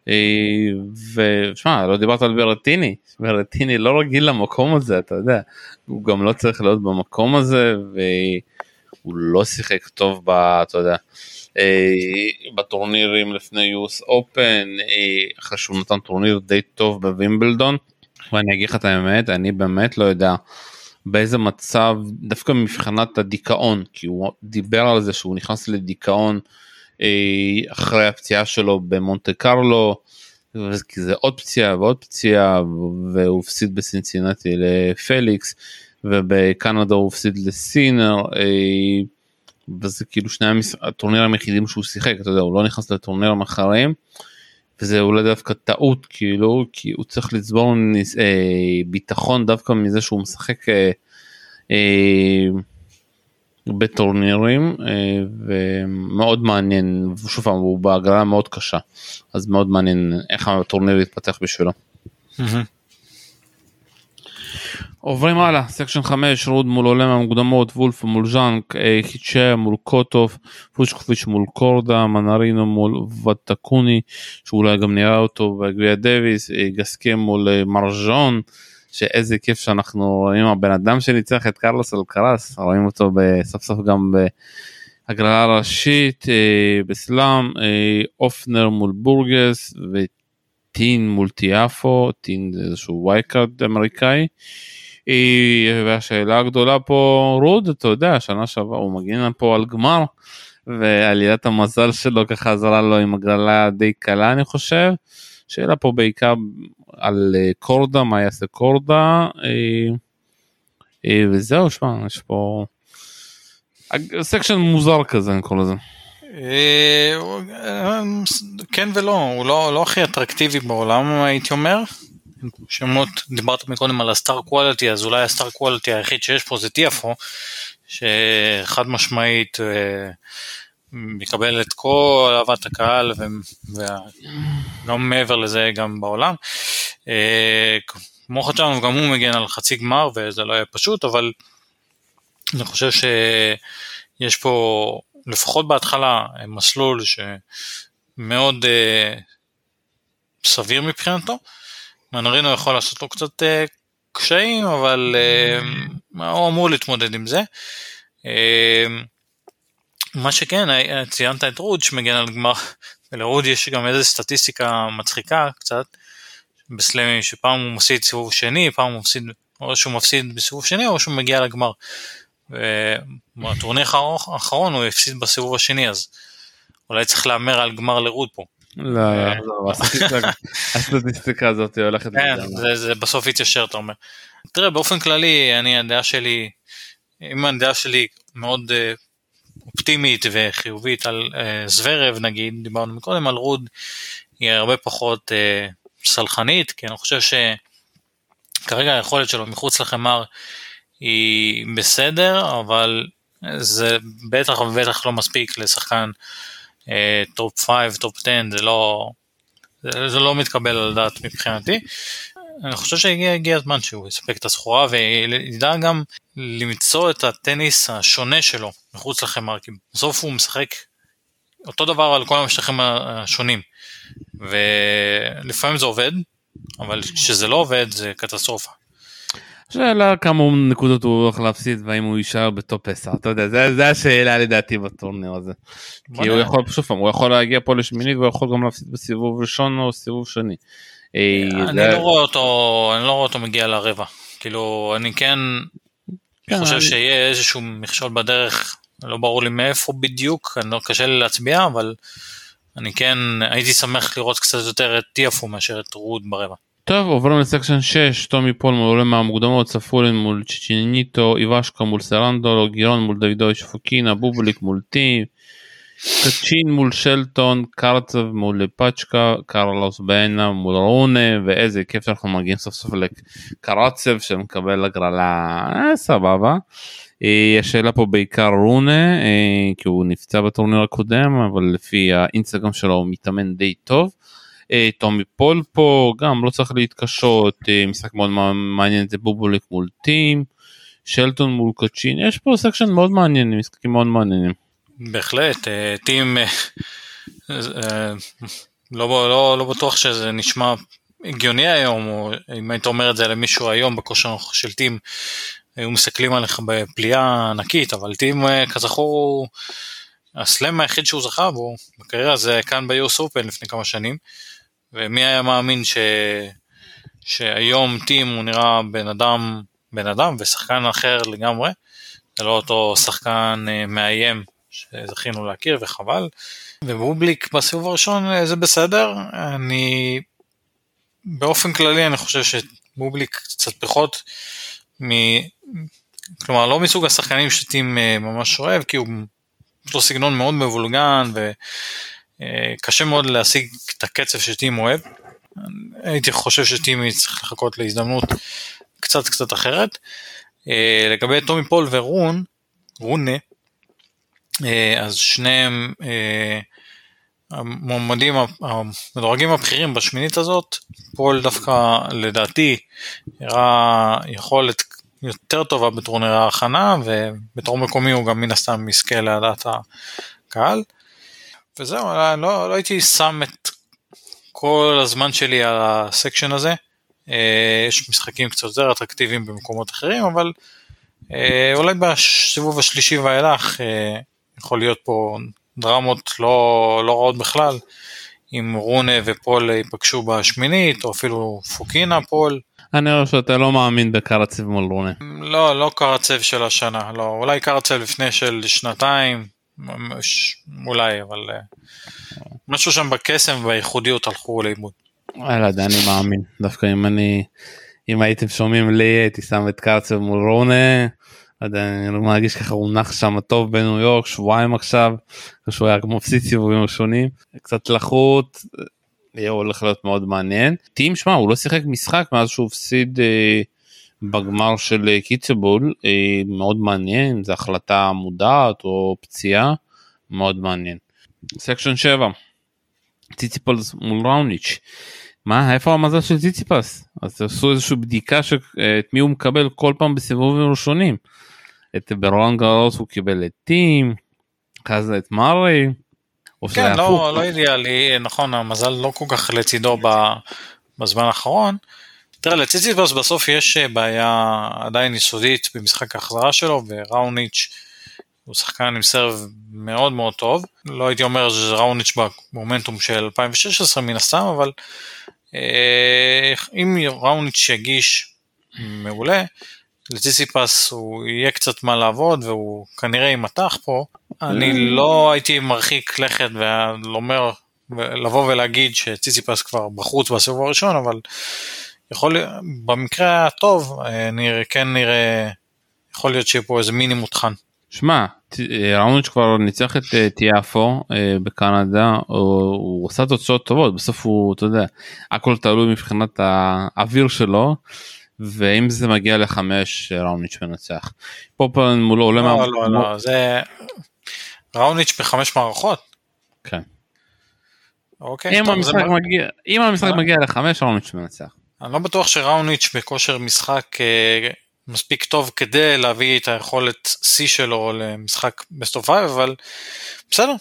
ושמע, לא דיברת על ברטיני לא רגיל למקום הזה, אתה יודע, הוא גם לא צריך להיות במקום הזה, והוא לא שיחק טוב, אתה יודע, בטורנירים לפני US Open, אחרי שהוא נתן טורניר די טוב בווימבלדון, ואני אגיד לך את האמת, אני באמת לא יודע באיזה מצב, דווקא מבחינת הדיכאון, כי הוא דיבר על זה שהוא נכנס לדיכאון אחרי הפציעה שלו במונטה קרלו, כי זה עוד פציעה ועוד פציעה, והוא הפסיד בסינסינטי לפליקס, ובקנדה הוא הפסיד לסינר, וזה כאילו שני הטורנירים היחידים שהוא שיחק, אתה יודע, הוא לא נכנס לטורנירים אחרים, וזה אולי דווקא טעות, כאילו, כי הוא צריך לצבור ביטחון דווקא מזה שהוא משחק בטורנירים, ומאוד מעניין, ושוב פעם, הוא בהגרלה מאוד קשה, אז מאוד מעניין איך הטורניר יתפתח בשבילו. עוברים הלאה, סקשן 5, רוד מול עולם המוקדמות, וולף מול ז'אנק, חיצ'ה מול קוטוב, פושקוביץ' מול קורדה, מנרינו מול וטקוני, שאולי גם נראה אותו בגביע דוויס, גסקה מול מרז'ון, שאיזה כיף שאנחנו רואים, הבן אדם שניצח את קרלוס אלקרס, רואים אותו בסוף סוף גם בהגרלה הראשית, בסלאם, אופנר מול בורגס, וטין מול טיאפו, טין זה איזשהו וייקארד אמריקאי, והשאלה הגדולה פה, רוד, אתה יודע, שנה שעבר הוא מגיע פה על גמר, ועליית המזל שלו ככה עזרה לו עם הגרלה די קלה אני חושב, שאלה פה בעיקר על קורדה, מה יעשה קורדה, וזהו, שמה, יש פה סקשן מוזר כזה, אני קורא לזה. כן ולא, הוא לא הכי אטרקטיבי בעולם, הייתי אומר, שמות, דיברת מקודם על הסטאר קואליטי, אז אולי הסטאר קואליטי היחיד שיש פה זה טיאפו, שחד משמעית מקבל את כל אהבת הקהל, וגם מעבר לזה גם בעולם. כמו חדשנו, גם הוא מגן על חצי גמר, וזה לא יהיה פשוט, אבל אני חושב שיש פה, לפחות בהתחלה, מסלול שמאוד סביר מבחינתו, מנרינו יכול לעשות לו קצת קשיים, אבל הוא אמור להתמודד עם זה. מה שכן, ציינת את רוד שמגן על גמר, ולרוד יש גם איזו סטטיסטיקה מצחיקה קצת, בסלמים שפעם הוא מפסיד סיבוב שני, פעם הוא מפסיד, או שהוא מפסיד בסיבוב שני, או שהוא מגיע לגמר. ובטורניר האחרון הוא הפסיד בסיבוב השני, אז אולי צריך לאמר על גמר לרוד פה. לא, הסטטיסטיקה הזאת הולכת... זה בסוף יתיישר, אתה אומר. תראה, באופן כללי, הדעה שלי, אם הדעה שלי מאוד אופטימית וחיובית על זוורב, נגיד, דיברנו מקודם על רוד, היא הרבה פחות סלחנית, כי אני חושב שכרגע היכולת שלו מחוץ לחמר היא בסדר, אבל זה בטח ובטח לא מספיק לשחקן טופ 5, טופ 10, זה לא מתקבל על דעת מבחינתי. אני חושב שהגיע הזמן שהוא יספק את הסחורה, וידע גם למצוא את הטניס השונה שלו מחוץ לחמר, כי בסוף הוא משחק אותו דבר על כל המשטחים השונים, ולפעמים זה עובד, אבל כשזה לא עובד זה קטסטרופה. שאלה כמה נקודות הוא הולך להפסיד, והאם הוא יישאר בטופ 10, אתה יודע, זה השאלה לדעתי בטורניר הזה, כי הוא יכול, פשוט פעם, הוא יכול להגיע פה לשמינית, והוא יכול גם להפסיד בסיבוב ראשון או סיבוב שני. אני לא רואה אותו מגיע לרבע, כאילו אני כן חושב שיהיה איזשהו מכשול בדרך, לא ברור לי מאיפה בדיוק, אני לא קשה לי להצביע, אבל אני כן הייתי שמח לראות קצת יותר את טיאפו מאשר את רוד ברבע. טוב, עוברים לסקשן 6, טומי פול מול עולה מהמוקדמות, ספולין מול צ'יצ'יניטו, איוושקה מול סרנדו, גירון מול דוידוביץ' פוקינה, בובליק מול טים, קצ'ין מול שלטון, קרצב מול פצ'קה, קרלוס ביינה מול רונה, ואיזה כיף שאנחנו מגיעים סוף סוף לקרצב שמקבל הגרלה, סבבה. השאלה פה בעיקר רונה, כי הוא נפצע בטורניר הקודם, אבל לפי האינסטגרם שלו הוא מתאמן די טוב. טומי פול פה גם לא צריך להתקשות, משחק מאוד מעניין, זה בובוליק מול טים, שלטון מול קצ'ין, יש פה סקשן מאוד מעניין, משחקים מאוד מעניינים. בהחלט, טים, לא בטוח שזה נשמע הגיוני היום, או אם היית אומר את זה למישהו היום בכושר של טים, היו מסתכלים עליך בפליאה ענקית, אבל טים כזכור, הסלם היחיד שהוא זכה בו, בקריירה זה כאן ביוס אופן לפני כמה שנים, ומי היה מאמין שהיום טים הוא נראה בן אדם ושחקן אחר לגמרי, זה לא אותו שחקן מאיים שזכינו להכיר וחבל, ובובליק בסיבוב הראשון זה בסדר, באופן כללי אני חושב שבובליק קצת פחות, כלומר לא מסוג השחקנים שטים ממש אוהב, כי הוא יש לו סגנון מאוד מבולגן, וקשה מאוד להשיג את הקצב שטים אוהב, הייתי חושב שטים צריך לחכות להזדמנות קצת אחרת. לגבי טומי פול ורונה, אז שניהם המועמדים המדורגים הבכירים בשמינית הזאת, פול דווקא לדעתי הראה יכולת יותר טובה בטורניר ההכנה, ובטור מקומי הוא גם מן הסתם יזכה להדעת הקהל, וזהו, לא הייתי שם את כל הזמן שלי על הסקשן הזה, יש משחקים קצת יותר אטרקטיביים במקומות אחרים, אבל אולי בסיבוב השלישי ואילך יכול להיות פה דרמות לא רעות בכלל, אם רונה ופול ייפגשו בשמינית, או אפילו פוקינה פול. אני רואה שאתה לא מאמין בקרצב מול רונה. לא קרצב של השנה, לא, אולי קרצב לפני של שנתיים, אולי, אבל משהו שם בקסם ובייחודיות הלכו לאיבוד. לא יודע, אני מאמין, דווקא אם הייתם שומעים לי, הייתי שם את קרצב מול רונה, אני מרגיש ככה הוא נח שם טוב בניו יורק, שבועיים עכשיו, שהוא היה כמו מפסיד סיבובים ראשונים, קצת לחוץ, יהיה הולך להיות מאוד מעניין. טים, שמה, הוא לא שיחק משחק מאז שהוא הפסיד בגמר של קיצבול, מאוד מעניין, זו החלטה מודעת או פציעה, מאוד מעניין. סקשן 7, ציציפס מול ראוניץ'. מה, איפה המזל של ציציפס? אז עשו איזושהי בדיקה את מי הוא מקבל כל פעם בסיבובים ראשונים. את ברולנד גארוס הוא קיבל את טים, אחרי את מארי. כן, לא אידיאלי, נכון, המזל לא כל כך לצידו בזמן האחרון. תראה, לציציפס בסוף יש בעיה עדיין יסודית במשחק ההחזרה שלו, וראוניץ' הוא שחקן עם סרב מאוד מאוד טוב. לא הייתי אומר שזה ראוניץ' במומנטום של 2016 מן הסתם, אבל אם ראוניץ' יגיש מעולה, לציציפס הוא יהיה קצת מה לעבוד, והוא כנראה ימתח פה. אני לא הייתי מרחיק לכת לבוא ולהגיד שציציפס כבר בחוץ בסיבוב הראשון, אבל במקרה הטוב נראה, יכול להיות שיהיה פה איזה מיני מותחן. שמע, ראוניץ' כבר ניצח את טיאפו בקנדה, הוא עושה תוצאות טובות, בסוף הוא, אתה יודע, הכל תלוי מבחינת האוויר שלו, ואם זה מגיע ל5, ראוניץ' מנצח. פופלן מול עולם... לא, זה ראוניץ' ב5 מערכות? כן. אוקיי. אם המשחק מגיע ל5, ראוניץ' מנצח. אני לא בטוח שראוניץ' בכושר משחק מספיק טוב כדי להביא את היכולת C שלו למשחק בסט אוף 5, אבל בסדר.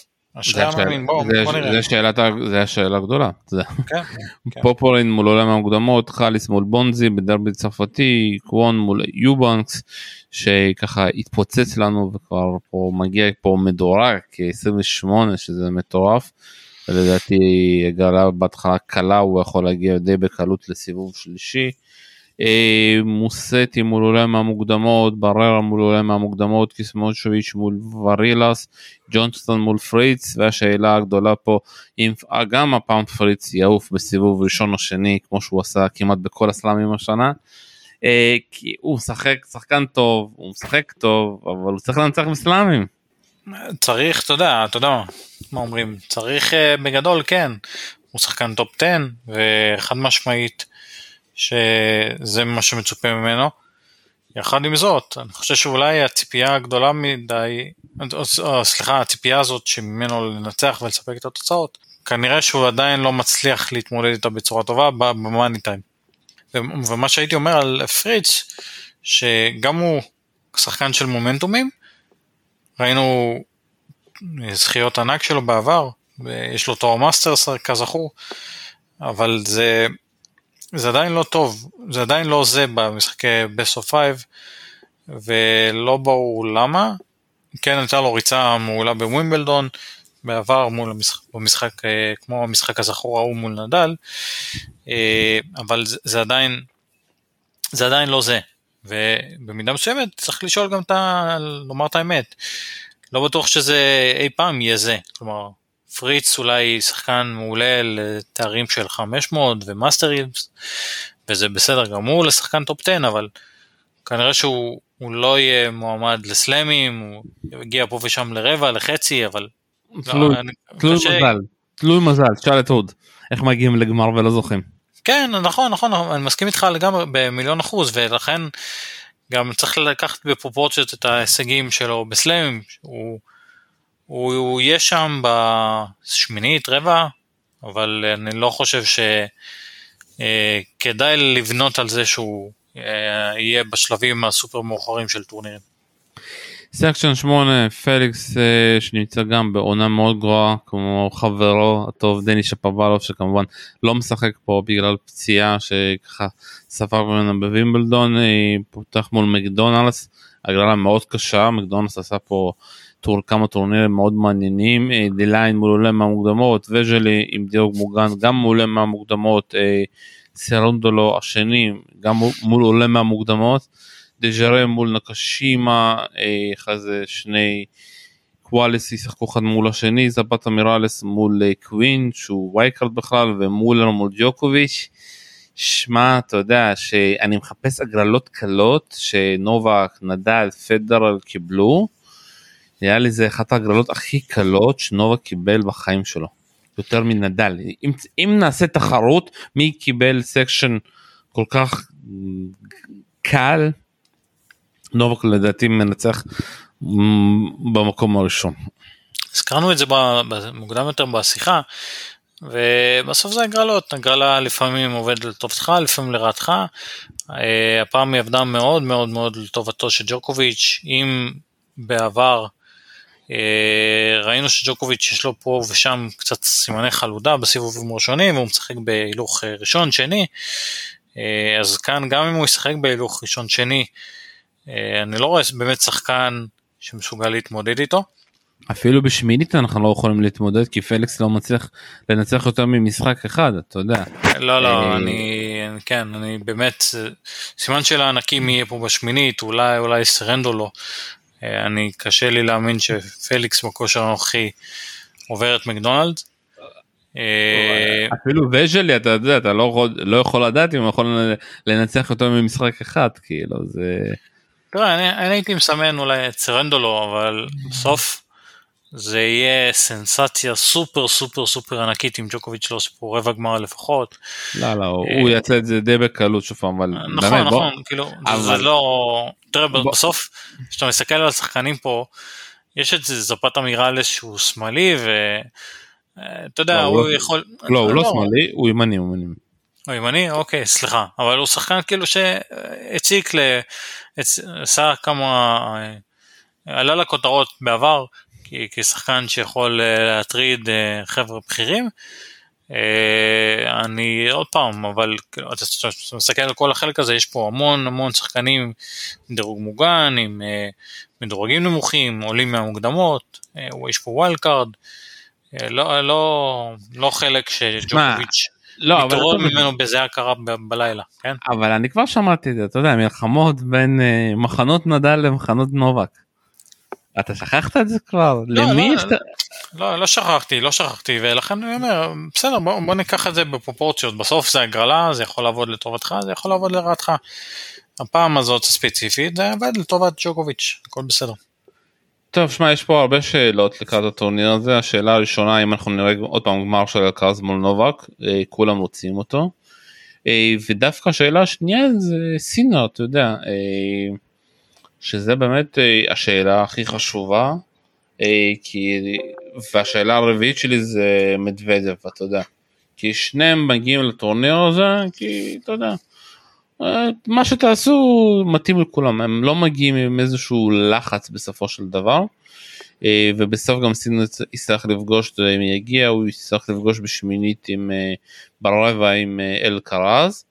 זה השאלה הגדולה. פופולין מול עולם המוקדמות, חליס מול בונזי בדרבי צרפתי, קוון מול יובנקס, שככה התפוצץ לנו וכבר פה מגיע פה מדורג כ-28, שזה מטורף, ולדעתי גלה בהתחלה קלה, הוא יכול להגיע די בקלות לסיבוב שלישי. מוסטי מול עולה מהמוקדמות, בררה מול עולה מהמוקדמות, קיסמונשוביץ' מול ורילס, ג'ונסטון מול פריץ, והשאלה הגדולה פה, אם גם הפעם פריץ יעוף בסיבוב ראשון או שני, כמו שהוא עשה כמעט בכל הסלאמים השנה, כי הוא משחק, שחקן טוב, הוא משחק טוב, אבל הוא צריך לנצח בסלאמים. צריך, אתה יודע מה אומרים, צריך בגדול, כן, הוא שחקן טופ 10, וחד משמעית, שזה מה שמצופה ממנו. יחד עם זאת, אני חושב שאולי הציפייה הגדולה מדי, סליחה, הציפייה הזאת שממנו לנצח ולספק את התוצאות, כנראה שהוא עדיין לא מצליח להתמודד איתה בצורה טובה במאני טיים. ומה שהייתי אומר על פריץ, שגם הוא שחקן של מומנטומים, ראינו זכיות ענק שלו בעבר, ויש לו תואר מאסטרס כזכור, אבל זה עדיין לא טוב, זה עדיין לא זה במשחקי best of 5, ולא ברור למה. כן, הייתה לו ריצה מעולה בווימבלדון, בעבר מול במשחק, כמו המשחק הזכור ההוא מול נדל, אבל זה עדיין לא זה, ובמידה מסוימת צריך לשאול גם לומר את האמת, לא בטוח שזה אי פעם יהיה זה, כלומר, פריץ אולי שחקן מעולה לתארים של 500 ומאסטרים, וזה בסדר גמור לשחקן טופ 10, אבל כנראה שהוא לא יהיה מועמד לסלמים, הוא יגיע פה ושם לרבע, לחצי, אבל... תלוי מזל, תשאל את הוד, איך מגיעים לגמר ולא זוכים. כן, נכון, אני מסכים איתך לגמרי ב1,000,000%, ולכן גם צריך לקחת בפרופורציות את ההישגים שלו בסלמים, הוא יהיה שם בשמינית, רבע, אבל אני לא חושב שכדאי לבנות על זה שהוא יהיה בשלבים הסופר מאוחרים של טורנירים. סקשן 8, פליקס שנמצא גם בעונה מאוד גרועה, כמו חברו הטוב דני שפובלוב, שכמובן לא משחק פה בגלל פציעה שככה ספר ממנה בווימבלדון, פותח מול מקדונלדס, הגרלה מאוד קשה, מקדונלדס עשה פה כמה טורנירים מאוד מעניינים, דיליין מול עולה מהמוקדמות, וג'לי עם דירוג מוגן גם מול עולה מהמוקדמות, סרונדולו השני גם מול עולה מהמוקדמות, דז'רה מול נקשימה, אחרי זה שני קואליס ישחקו אחד מול השני, זפתה מירלס מול קווין שהוא וייקרד בכלל, ומולר מול ג'וקוביץ'. שמע, אתה יודע שאני מחפש הגרלות קלות שנובק, נדל, פדרר קיבלו, נראה לי זה אחת ההגרלות הכי קלות שנובק קיבל בחיים שלו, יותר מנדל. אם נעשה תחרות מי קיבל סקשן כל כך קל, נובק לדעתי מנצח במקום הראשון. הזכרנו את זה מוקדם יותר בשיחה, ובסוף זה הגרלות, הגרלה לפעמים עובד לטובתך, לפעמים לרעתך, הפעם היא עבדה מאוד מאוד מאוד לטובתו של ג'וקוביץ', אם בעבר ראינו שג'וקוביץ' יש לו פה ושם קצת סימני חלודה בסיבובים ראשונים, והוא משחק בהילוך ראשון שני, אז כאן גם אם הוא ישחק בהילוך ראשון שני, אני לא רואה באמת שחקן שמסוגל להתמודד איתו. אפילו בשמינית אנחנו לא יכולים להתמודד, כי פליקס לא מצליח לנצח יותר ממשחק אחד, אתה יודע. לא, אני באמת, סימן של הענקים יהיה פה בשמינית, אולי סרנדו לו, אני קשה לי להאמין שפליקס בכושר הנוכחי עובר את מקדונלד. אפילו וג'לי, אתה יודע, אתה לא יכול לדעת אם הוא יכול לנצח יותר ממשחק אחד, כאילו זה... תראה, אני הייתי מסמן אולי את סרנדולו, אבל בסוף זה יהיה סנסציה סופר סופר סופר ענקית אם ג'וקוביץ' לא עושה פה רבע גמר לפחות. לא, הוא יצא את זה די בקלות שוב, אבל... נכון, כאילו, זה לא... תראה, בסוף, כשאתה מסתכל על השחקנים פה, יש את זה זפתה מירלס שהוא שמאלי, ואתה יודע, הוא יכול... לא, הוא לא שמאלי, הוא ימני, הוא ימני? אוקיי, סליחה, אבל הוא שחקן כאילו שהציק עשה כמה, עלה לכותרות בעבר, כשחקן שיכול להטריד חבר'ה בכירים, אני עוד פעם, אבל אתה מסתכל על כל החלק הזה, יש פה המון שחקנים עם דירוג מוגן, עם מדורגים נמוכים, עולים מהמוקדמות, יש פה ווילד קארד, לא חלק שג'וקוביץ' לא, אבל מתעורר ממנו בזה הכרה בלילה, כן? אבל אני כבר שמעתי את זה, אתה יודע, מלחמות בין מחנות נדל למחנות נובק. אתה שכחת את זה כבר? למי יש את... לא שכחתי, ולכן אני אומר, בסדר, בוא ניקח את זה בפרופורציות, בסוף זה הגרלה, זה יכול לעבוד לטובתך, זה יכול לעבוד לרעתך. הפעם הזאת הספציפית, זה עבד לטובת ג'וקוביץ', הכל בסדר. טוב, שמע, יש פה הרבה שאלות לקראת הטורניר הזה. השאלה הראשונה, אם אנחנו נראה עוד פעם גמר של אלקרז מול נובק, כולם רוצים אותו. ודווקא השאלה השנייה זה סינר, אתה יודע, שזה באמת השאלה הכי חשובה, והשאלה הרביעית שלי זה מדוודב, אתה יודע, כי שניהם מגיעים לטורניר הזה, כי אתה יודע, מה שתעשו מתאים לכולם, הם לא מגיעים עם איזשהו לחץ בסופו של דבר, ובסוף גם סינר יצטרך לפגוש, אם יגיע הוא יצטרך לפגוש בשמינית ברבע עם אלקרז,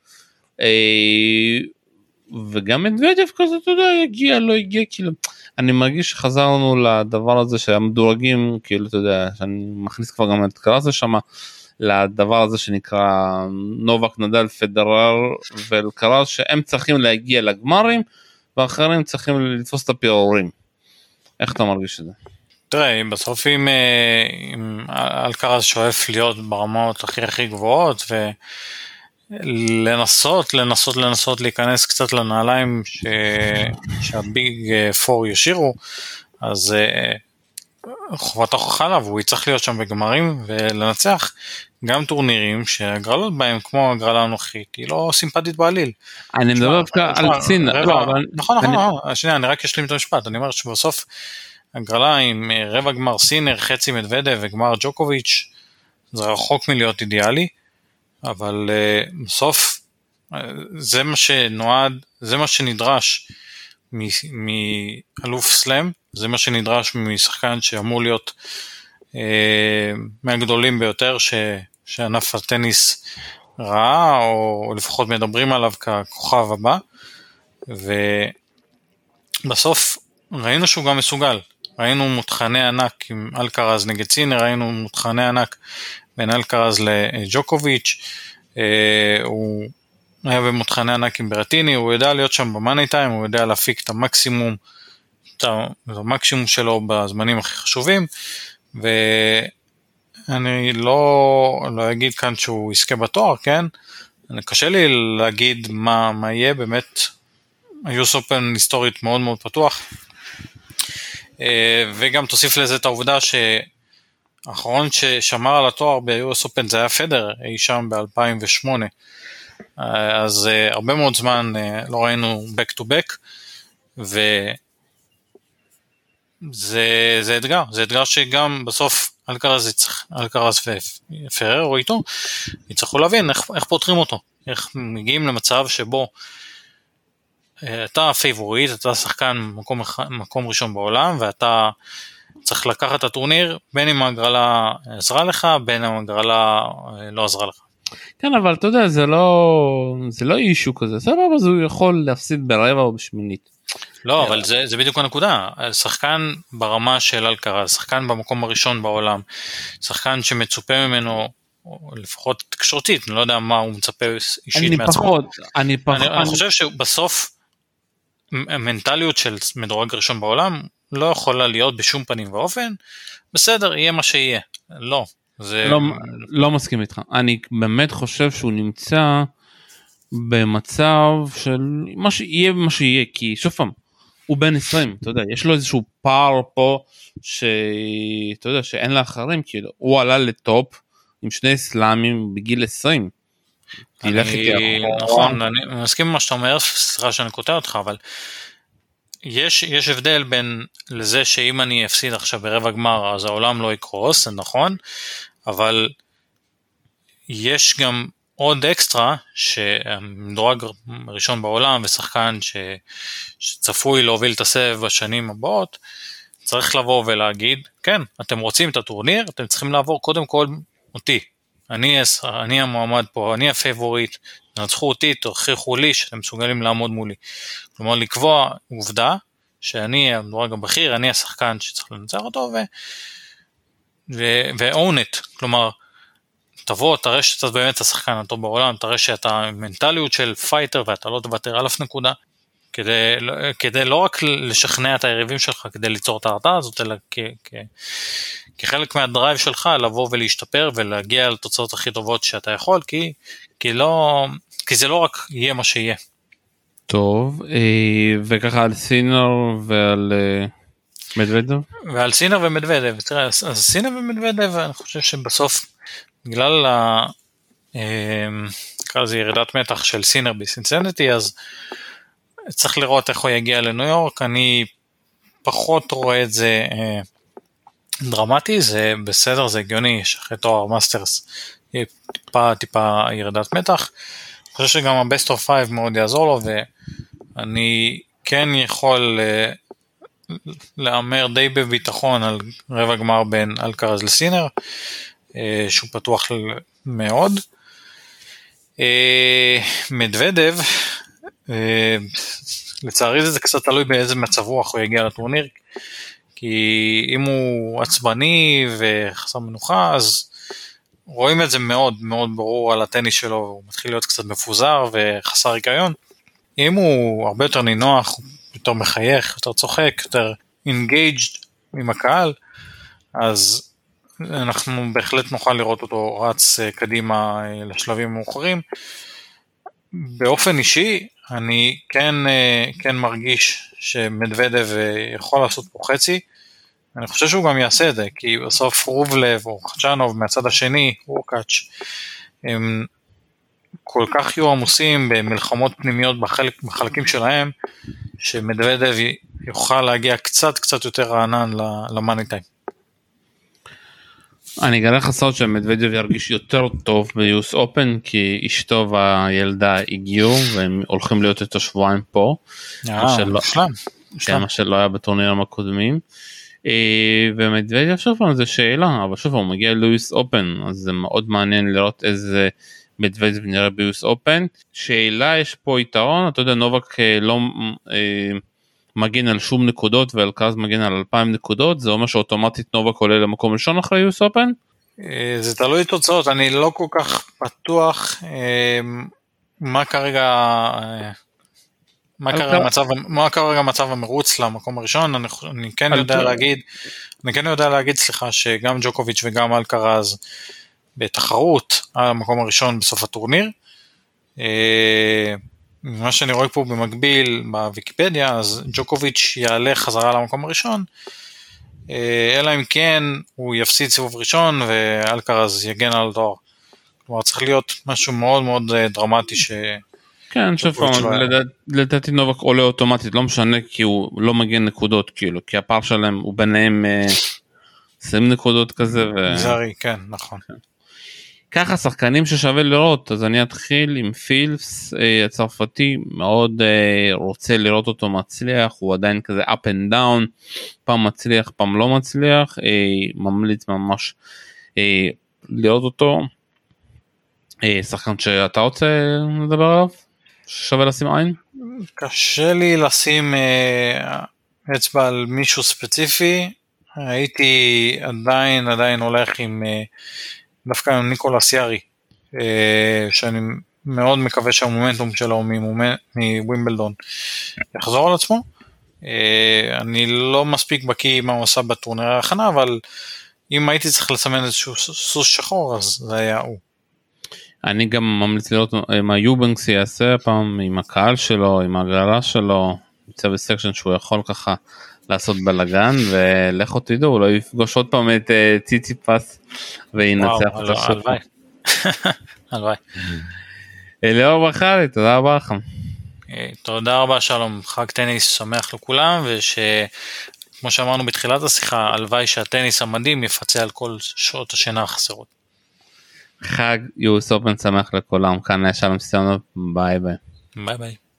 וגם מדוודב כזה, אתה יודע, יגיע, לא יגיע, כאילו, אני מרגיש שחזרנו לדבר הזה שהמדורגים, כאילו, אתה יודע, שאני מכניס כבר גם את אלקרז לשם, לדבר הזה שנקרא נובק, נדל, פדרר ואלקרז, שהם צריכים להגיע לגמרים, ואחרים צריכים לתפוס את הפירורים. איך אתה מרגיש את זה? תראה, בסוף אם אלקרז שואף להיות ברמות הכי גבוהות, ולנסות להיכנס קצת לנעליים שהביג פור ישירו, אז חובת ההוכחה עליו, הוא יצטרך להיות שם בגמרים ולנצח גם טורנירים שהגרלות בהם, כמו הגרלה הנוכחית, היא לא סימפטית בעליל. אני מדבר על סינר. נכון, שנייה, אני רק אשלים את המשפט, אני אומר שבסוף הגרלה עם רבע גמר סינר, חצי מדוודב וגמר ג'וקוביץ', זה רחוק מלהיות אידיאלי, אבל בסוף זה מה שנועד, זה מה שנדרש מאלוף סלאם, זה מה שנדרש משחקן שאמור להיות מהגדולים ביותר שענף הטניס ראה, או לפחות מדברים עליו ככוכב הבא, ובסוף ראינו שהוא גם מסוגל, ראינו מותחני ענק עם אלקרז נגד סינר, ראינו מותחני ענק בין אלקרז לג'וקוביץ', הוא היה במותחני ענק עם ברטיני, הוא יודע להיות שם במאני טיים, הוא יודע להפיק את המקסימום, את המקסימום שלו בזמנים הכי חשובים, ואני לא אגיד כאן שהוא יזכה בתואר, כן? קשה לי להגיד מה יהיה, באמת, היוס אופן היסטורית מאוד מאוד פתוח, וגם תוסיף לזה את העובדה האחרון ששמר על התואר ב-US Open זה היה פדר, אי שם ב-2008, אז הרבה מאוד זמן לא ראינו back to back, וזה אתגר, זה אתגר שגם בסוף אלקרז ופרר או איתו, יצטרכו להבין איך פותרים אותו, איך מגיעים למצב שבו אתה פייבוריט, אתה שחקן מקום ראשון בעולם, ואתה צריך לקחת את הטורניר, בין אם ההגרלה עזרה לך, בין אם ההגרלה לא עזרה לך. כן, אבל אתה יודע, זה לא אישו כזה, סבבה, אז הוא יכול להפסיד ברבע או בשמינית. לא, אבל זה בדיוק הנקודה, שחקן ברמה של אלקרז, שחקן במקום הראשון בעולם, שחקן שמצופה ממנו, לפחות תקשורתית, אני לא יודע מה הוא מצפה אישית מעצמו. אני חושב שבסוף, המנטליות של מדורג ראשון בעולם, לא יכולה להיות בשום פנים ואופן, בסדר, יהיה מה שיהיה, לא. לא מסכים איתך, אני באמת חושב שהוא נמצא במצב של מה שיהיה, כי שוב פעם, הוא בן 20, אתה יודע, יש לו איזשהו פער פה, שאתה יודע, שאין לאחרים, כאילו, הוא עלה לטופ, עם שני סלאמים בגיל 20, נכון, אני מסכים עם מה שאתה אומר, סליחה שאני קוטע אותך, אבל יש הבדל בין לזה שאם אני אפסיד עכשיו ברבע גמר, אז העולם לא יקרוס, זה נכון, אבל יש גם עוד אקסטרה, שהמדורג ראשון בעולם, ושחקן שצפוי להוביל את הסבב בשנים הבאות, צריך לבוא ולהגיד, כן, אתם רוצים את הטורניר, אתם צריכים לעבור קודם כל אותי, אני המועמד פה, אני הפייבוריט, תנצחו אותי, תוכיחו לי שאתם מסוגלים לעמוד מולי. כלומר, לקבוע עובדה שאני המדורג הבכיר, אני השחקן שצריך לנצח אותו, ו-own it. כלומר, תבוא, תראה שאתה באמת השחקן הטוב בעולם, תראה שאתה מנטליות של פייטר, ואתה לא תוותר על אף נקודה, כדי לא רק לשכנע את היריבים שלך, כדי ליצור את ההרתעה הזאת, אלא כחלק מהדרייב שלך, לבוא ולהשתפר, ולהגיע לתוצאות הכי טובות שאתה יכול, כי זה לא רק יהיה מה שיהיה. טוב, וככה על סינר ועל מדוודב? ועל סינר ומדוודב, תראה, אז סינר ומדוודב, אני חושב שבסוף, בגלל נקרא לזה ירידת מתח של סינר בסינסינטי, אז צריך לראות איך הוא יגיע לניו יורק, אני פחות רואה את זה דרמטי, זה בסדר, זה הגיוני, שאחרי תואר מאסטרס, יהיה טיפה ירידת מתח, אני חושב שגם ה-Best of 5 מאוד יעזור לו, ואני כן יכול לאמר די בביטחון על רבע גמר בין אלקרז לסינר, שהוא פתוח מאוד. מדוודב, לצערי זה קצת תלוי באיזה מצב רוח הוא יגיע לטורניר, כי אם הוא עצבני וחסר מנוחה, אז רואים את זה מאוד מאוד ברור על הטניס שלו, הוא מתחיל להיות קצת מפוזר וחסר היגיון. אם הוא הרבה יותר נינוח, יותר מחייך, יותר צוחק, יותר engaged עם הקהל, אז אנחנו בהחלט נוכל לראות אותו רץ קדימה לשלבים מאוחרים. באופן אישי, אני כן מרגיש שמדוודב יכול לעשות פה חצי, אני חושב שהוא גם יעשה את זה, כי בסוף רובלב או חצ'אנוב מהצד השני, וורקאץ', הם כל כך יהיו עמוסים במלחמות פנימיות בחלקים שלהם, שמדוודב יוכל להגיע קצת יותר רענן למאני טיים. אני אגלה לך סוד שמדוודב ירגיש יותר טוב ביוס אופן, כי אשתו והילדה הגיעו, והם הולכים להיות את השבועיים פה, מה שלא היה בטורנירים הקודמים, ומדוודב שוב פעם זה שאלה, אבל שוב פעם הוא מגיע ליוס אופן, אז זה מאוד מעניין לראות איזה מדוודב נראה ביוס אופן. שאלה, יש פה יתרון, אתה יודע, נובק לא מגן על שום נקודות, ואלקרז מגן על 2,000 נקודות, זה אומר שאוטומטית נובק עולה למקום ראשון אחרי יוס אופן? זה תלוי תוצאות, אני לא כל כך בטוח מה כרגע מצב המרוץ למקום הראשון. אני כן יודע להגיד סליחה, שגם ג'וקוביץ' וגם אלקרז בתחרות על המקום הראשון בסוף הטורניר. מה שאני רואה פה במקביל בוויקיפדיה, אז ג'וקוביץ' יעלה חזרה למקום הראשון, אלא אם כן הוא יפסיד סיבוב ראשון ואלקרז יגן על התואר. כלומר צריך להיות משהו מאוד מאוד דרמטי כן, שוב פעם, לדעתי נובק עולה אוטומטית, לא משנה כי הוא לא מגן נקודות, כאילו, כי הפער שלהם הוא ביניהם 20 נקודות כזה. זרי, כן, נכון. ככה שחקנים ששווה לראות, אז אני אתחיל עם פילפס, הצרפתי, מאוד רוצה לראות אותו מצליח, הוא עדיין כזה up and down, פעם מצליח, פעם לא מצליח, ממליץ ממש לראות אותו. שחקן שאתה רוצה לדבר עליו? שווה לשים עין? קשה לי לשים אצבע על מישהו ספציפי, הייתי עדיין הולך עם דווקא עם ניקולס יארי, שאני מאוד מקווה שהמומנטום שלו מווימבלדון יחזור על עצמו. אני לא מספיק בקיא מה הוא עשה בטורניר ההכנה, אבל אם הייתי צריך לסמן איזשהו סוס שחור, אז זה היה הוא. אני גם ממליץ לראות מה יובנקס יעשה פעם עם הקהל שלו, עם הגרלה שלו, יצא בסקשן שהוא יכול ככה לעשות בלגן, ולכו תדעו, הוא לא יפגוש עוד פעם את ציציפס וינצח את השוק. הלוואי. אליאור בחרי, תודה רבה לכם. תודה רבה, שלום, חג טניס שמח לכולם, וכמו שאמרנו בתחילת השיחה, הלוואי שהטניס המדהים יפצה על כל שעות השינה החסרות. חג יוס אופן שמח לכולם, כאן היה שלום סיונוב, ביי ביי. ביי ביי.